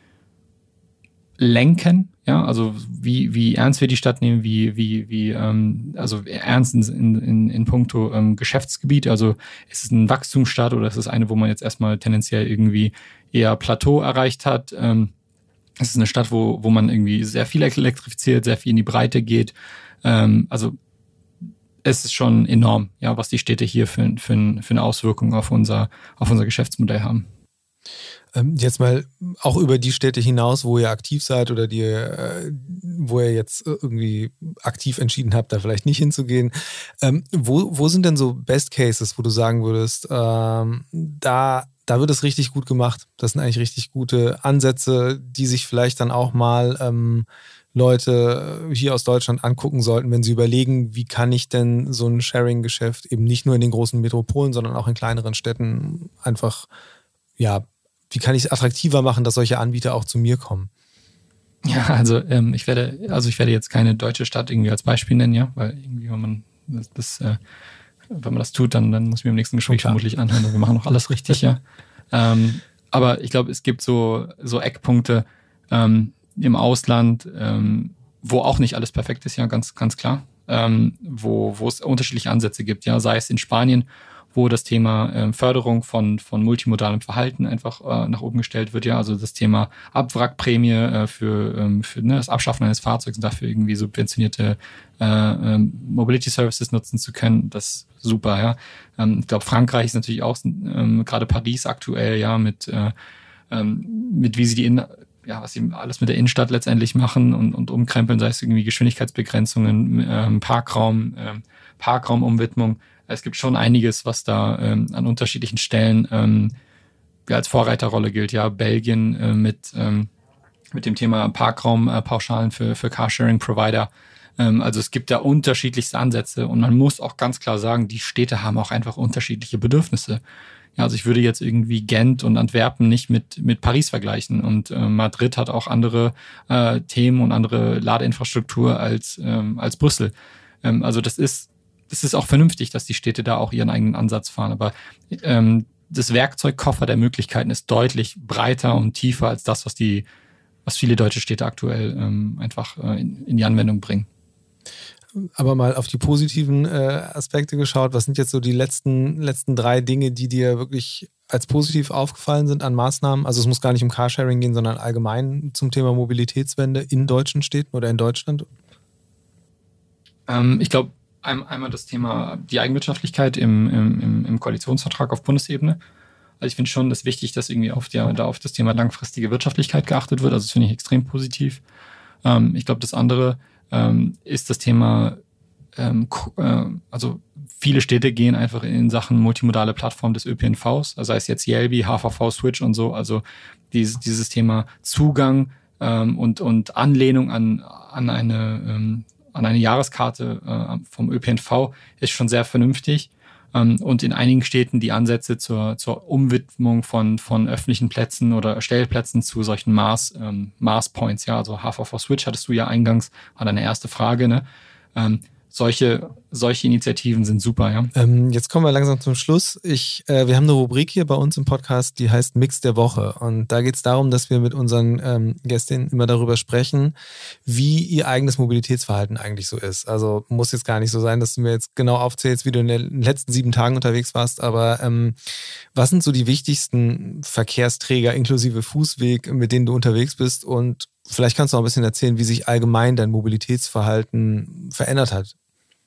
lenken. Ja, also wie, wie ernst wir die Stadt nehmen, wie, wie, wie, ähm, also ernst in, in, in puncto ähm, Geschäftsgebiet. Also ist es ein Wachstumsstadt oder ist es eine, wo man jetzt erstmal tendenziell irgendwie eher Plateau erreicht hat? Ähm, es ist eine Stadt, wo, wo man irgendwie sehr viel elektrifiziert, sehr viel in die Breite geht. Ähm, also es ist schon enorm, ja, was die Städte hier für, für, für eine Auswirkung auf unser, auf unser Geschäftsmodell haben. Jetzt mal auch über die Städte hinaus, wo ihr aktiv seid oder die, wo ihr jetzt irgendwie aktiv entschieden habt, da vielleicht nicht hinzugehen. Ähm, wo, wo sind denn so Best Cases, wo du sagen würdest, ähm, da, da wird es richtig gut gemacht. Das sind eigentlich richtig gute Ansätze, die sich vielleicht dann auch mal ähm, Leute hier aus Deutschland angucken sollten, wenn sie überlegen, wie kann ich denn so ein Sharing-Geschäft eben nicht nur in den großen Metropolen, sondern auch in kleineren Städten einfach, ja, wie kann ich es attraktiver machen, dass solche Anbieter auch zu mir kommen? Ja, also ähm, ich werde, also ich werde jetzt keine deutsche Stadt irgendwie als Beispiel nennen, ja, weil irgendwie, wenn man das, das äh, wenn man das tut, dann, dann muss ich mir im nächsten Gespräch vermutlich anhören. Wir machen noch alles richtig, ja. ähm, aber ich glaube, es gibt so so Eckpunkte ähm, im Ausland, ähm, wo auch nicht alles perfekt ist, ja, ganz ganz klar, ähm, wo wo es unterschiedliche Ansätze gibt, ja, sei es in Spanien, wo das Thema äh, Förderung von von multimodalem Verhalten einfach äh, nach oben gestellt wird. Ja, also das Thema Abwrackprämie äh, für ähm, für ne, das Abschaffen eines Fahrzeugs und dafür irgendwie subventionierte äh, ähm, Mobility Services nutzen zu können, das ist super. Ja, ähm, ich glaube, Frankreich ist natürlich auch ähm, gerade Paris aktuell ja mit äh, ähm, mit wie sie die in ja, was sie alles mit der Innenstadt letztendlich machen und, und umkrempeln, sei es irgendwie Geschwindigkeitsbegrenzungen, ähm, Parkraum, ähm, Parkraumumwidmung. Es gibt schon einiges, was da ähm, an unterschiedlichen Stellen ähm, ja, als Vorreiterrolle gilt. Ja, Belgien äh, mit ähm, mit dem Thema Parkraumpauschalen äh, für für Carsharing-Provider. Ähm, also es gibt da unterschiedlichste Ansätze und man muss auch ganz klar sagen, die Städte haben auch einfach unterschiedliche Bedürfnisse. Ja, also ich würde jetzt irgendwie Gent und Antwerpen nicht mit mit Paris vergleichen und äh, Madrid hat auch andere äh, Themen und andere Ladeinfrastruktur als ähm, als Brüssel. Ähm, also das ist das ist auch vernünftig, dass die Städte da auch ihren eigenen Ansatz fahren. Aber ähm, das Werkzeugkoffer der Möglichkeiten ist deutlich breiter und tiefer als das, was die was viele deutsche Städte aktuell ähm, einfach äh, in, in die Anwendung bringen. Aber mal auf die positiven äh, Aspekte geschaut, was sind jetzt so die letzten, letzten drei Dinge, die dir wirklich als positiv aufgefallen sind an Maßnahmen? Also es muss gar nicht um Carsharing gehen, sondern allgemein zum Thema Mobilitätswende in deutschen Städten oder in Deutschland? Ähm, ich glaube, ein, einmal das Thema die Eigenwirtschaftlichkeit im, im, im Koalitionsvertrag auf Bundesebene. Also ich finde schon, das wichtig, dass irgendwie auf, der, da auf das Thema langfristige Wirtschaftlichkeit geachtet wird. Also das finde ich extrem positiv. Ähm, ich glaube, das andere ähm, ist das Thema, ähm, äh, also viele Städte gehen einfach in Sachen multimodale Plattform des Ö P N Vs, also sei es jetzt Yelby, H V V Switch und so, also dieses, dieses Thema Zugang ähm, und, und Anlehnung an, an eine, ähm, an eine Jahreskarte äh, vom Ö P N V ist schon sehr vernünftig. Ähm, und in einigen Städten die Ansätze zur, zur Umwidmung von, von öffentlichen Plätzen oder Stellplätzen zu solchen Maß, ähm, Maßpoints, ja, also H V V Switch hattest du ja eingangs, war deine erste Frage, ne? Ähm, solche, solche Initiativen sind super, ja. Ähm, jetzt kommen wir langsam zum Schluss. Ich, äh, wir haben eine Rubrik hier bei uns im Podcast, die heißt Mix der Woche. Und da geht es darum, dass wir mit unseren ähm, Gästinnen immer darüber sprechen, wie ihr eigenes Mobilitätsverhalten eigentlich so ist. Also muss jetzt gar nicht so sein, dass du mir jetzt genau aufzählst, wie du in den letzten sieben Tagen unterwegs warst, aber ähm, was sind so die wichtigsten Verkehrsträger inklusive Fußweg, mit denen du unterwegs bist? Und vielleicht kannst du auch ein bisschen erzählen, wie sich allgemein dein Mobilitätsverhalten verändert hat.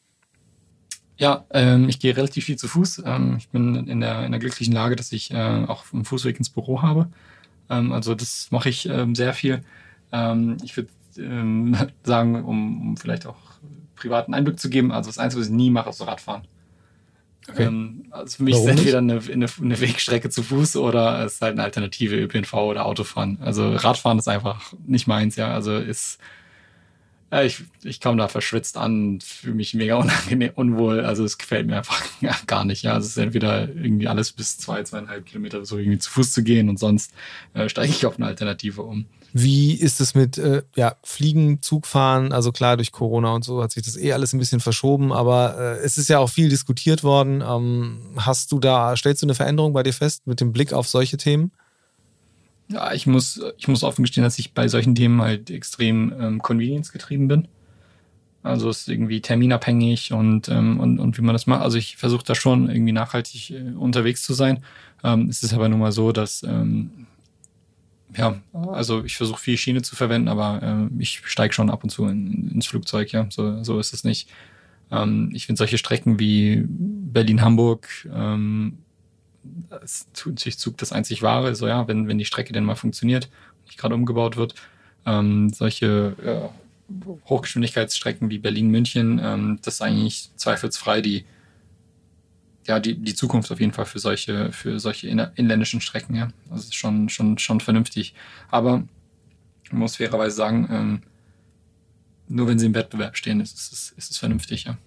Ja, ähm, ich gehe relativ viel zu Fuß. Ähm, ich bin in der, in der glücklichen Lage, dass ich äh, auch einen Fußweg ins Büro habe. Ähm, also das mache ich ähm, sehr viel. Ähm, ich würde ähm, sagen, um, um vielleicht auch privaten Einblick zu geben, also das Einzige, was ich nie mache, ist so Radfahren. Okay. Ähm, also für mich Warum ist entweder eine, eine, eine Wegstrecke zu Fuß oder es ist halt eine Alternative Ö P N V oder Autofahren. Also Radfahren ist einfach nicht meins, ja. Also ist Ja, ich, ich komme da verschwitzt an und fühle mich mega unangenehm, unwohl. Also es gefällt mir einfach gar nicht. Ja, also es ist entweder irgendwie alles bis zwei, zweieinhalb Kilometer so irgendwie zu Fuß zu gehen und sonst äh, steige ich auf eine Alternative um. Wie ist es mit äh, ja, Fliegen, Zugfahren? Also klar, durch Corona und so hat sich das eh alles ein bisschen verschoben, aber äh, es ist ja auch viel diskutiert worden. Ähm, hast du da, stellst du eine Veränderung bei dir fest mit dem Blick auf solche Themen? Ja, ich muss, ich muss offen gestehen, dass ich bei solchen Themen halt extrem ähm, Convenience getrieben bin. Also es ist irgendwie terminabhängig und, ähm, und, und wie man das macht. Also ich versuche da schon irgendwie nachhaltig äh, unterwegs zu sein. Ähm, es ist aber nun mal so, dass, ähm, ja, also ich versuche viel Schiene zu verwenden, aber äh, ich steige schon ab und zu in, ins Flugzeug, ja. So, so ist es nicht. Ähm, ich finde solche Strecken wie Berlin-Hamburg, ähm, es tut sich Zug das einzig Wahre, so ja, wenn, wenn die Strecke denn mal funktioniert, nicht gerade umgebaut wird. Ähm, solche ja, Hochgeschwindigkeitsstrecken wie Berlin-München, ähm, das ist eigentlich zweifelsfrei die, ja, die, die Zukunft auf jeden Fall für solche, für solche inländischen Strecken, ja. Das ist schon, schon, schon vernünftig. Aber man muss fairerweise sagen, ähm, nur wenn sie im Wettbewerb stehen, ist es, ist es vernünftig, ja.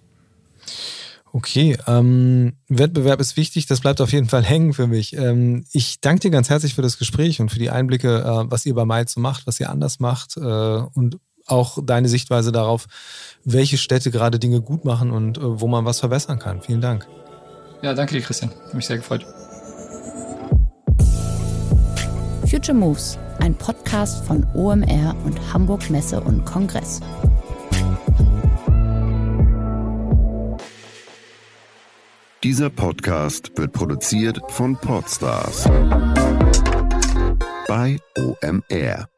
Okay, ähm, Wettbewerb ist wichtig, das bleibt auf jeden Fall hängen für mich. Ähm, ich danke dir ganz herzlich für das Gespräch und für die Einblicke, äh, was ihr bei Miles so macht, was ihr anders macht äh, und auch deine Sichtweise darauf, welche Städte gerade Dinge gut machen und äh, wo man was verbessern kann. Vielen Dank. Ja, danke dir, Christian. Hat mich sehr gefreut. Future Moves, ein Podcast von O M R und Hamburg Messe und Kongress. Dieser Podcast wird produziert von Podstars bei O M R.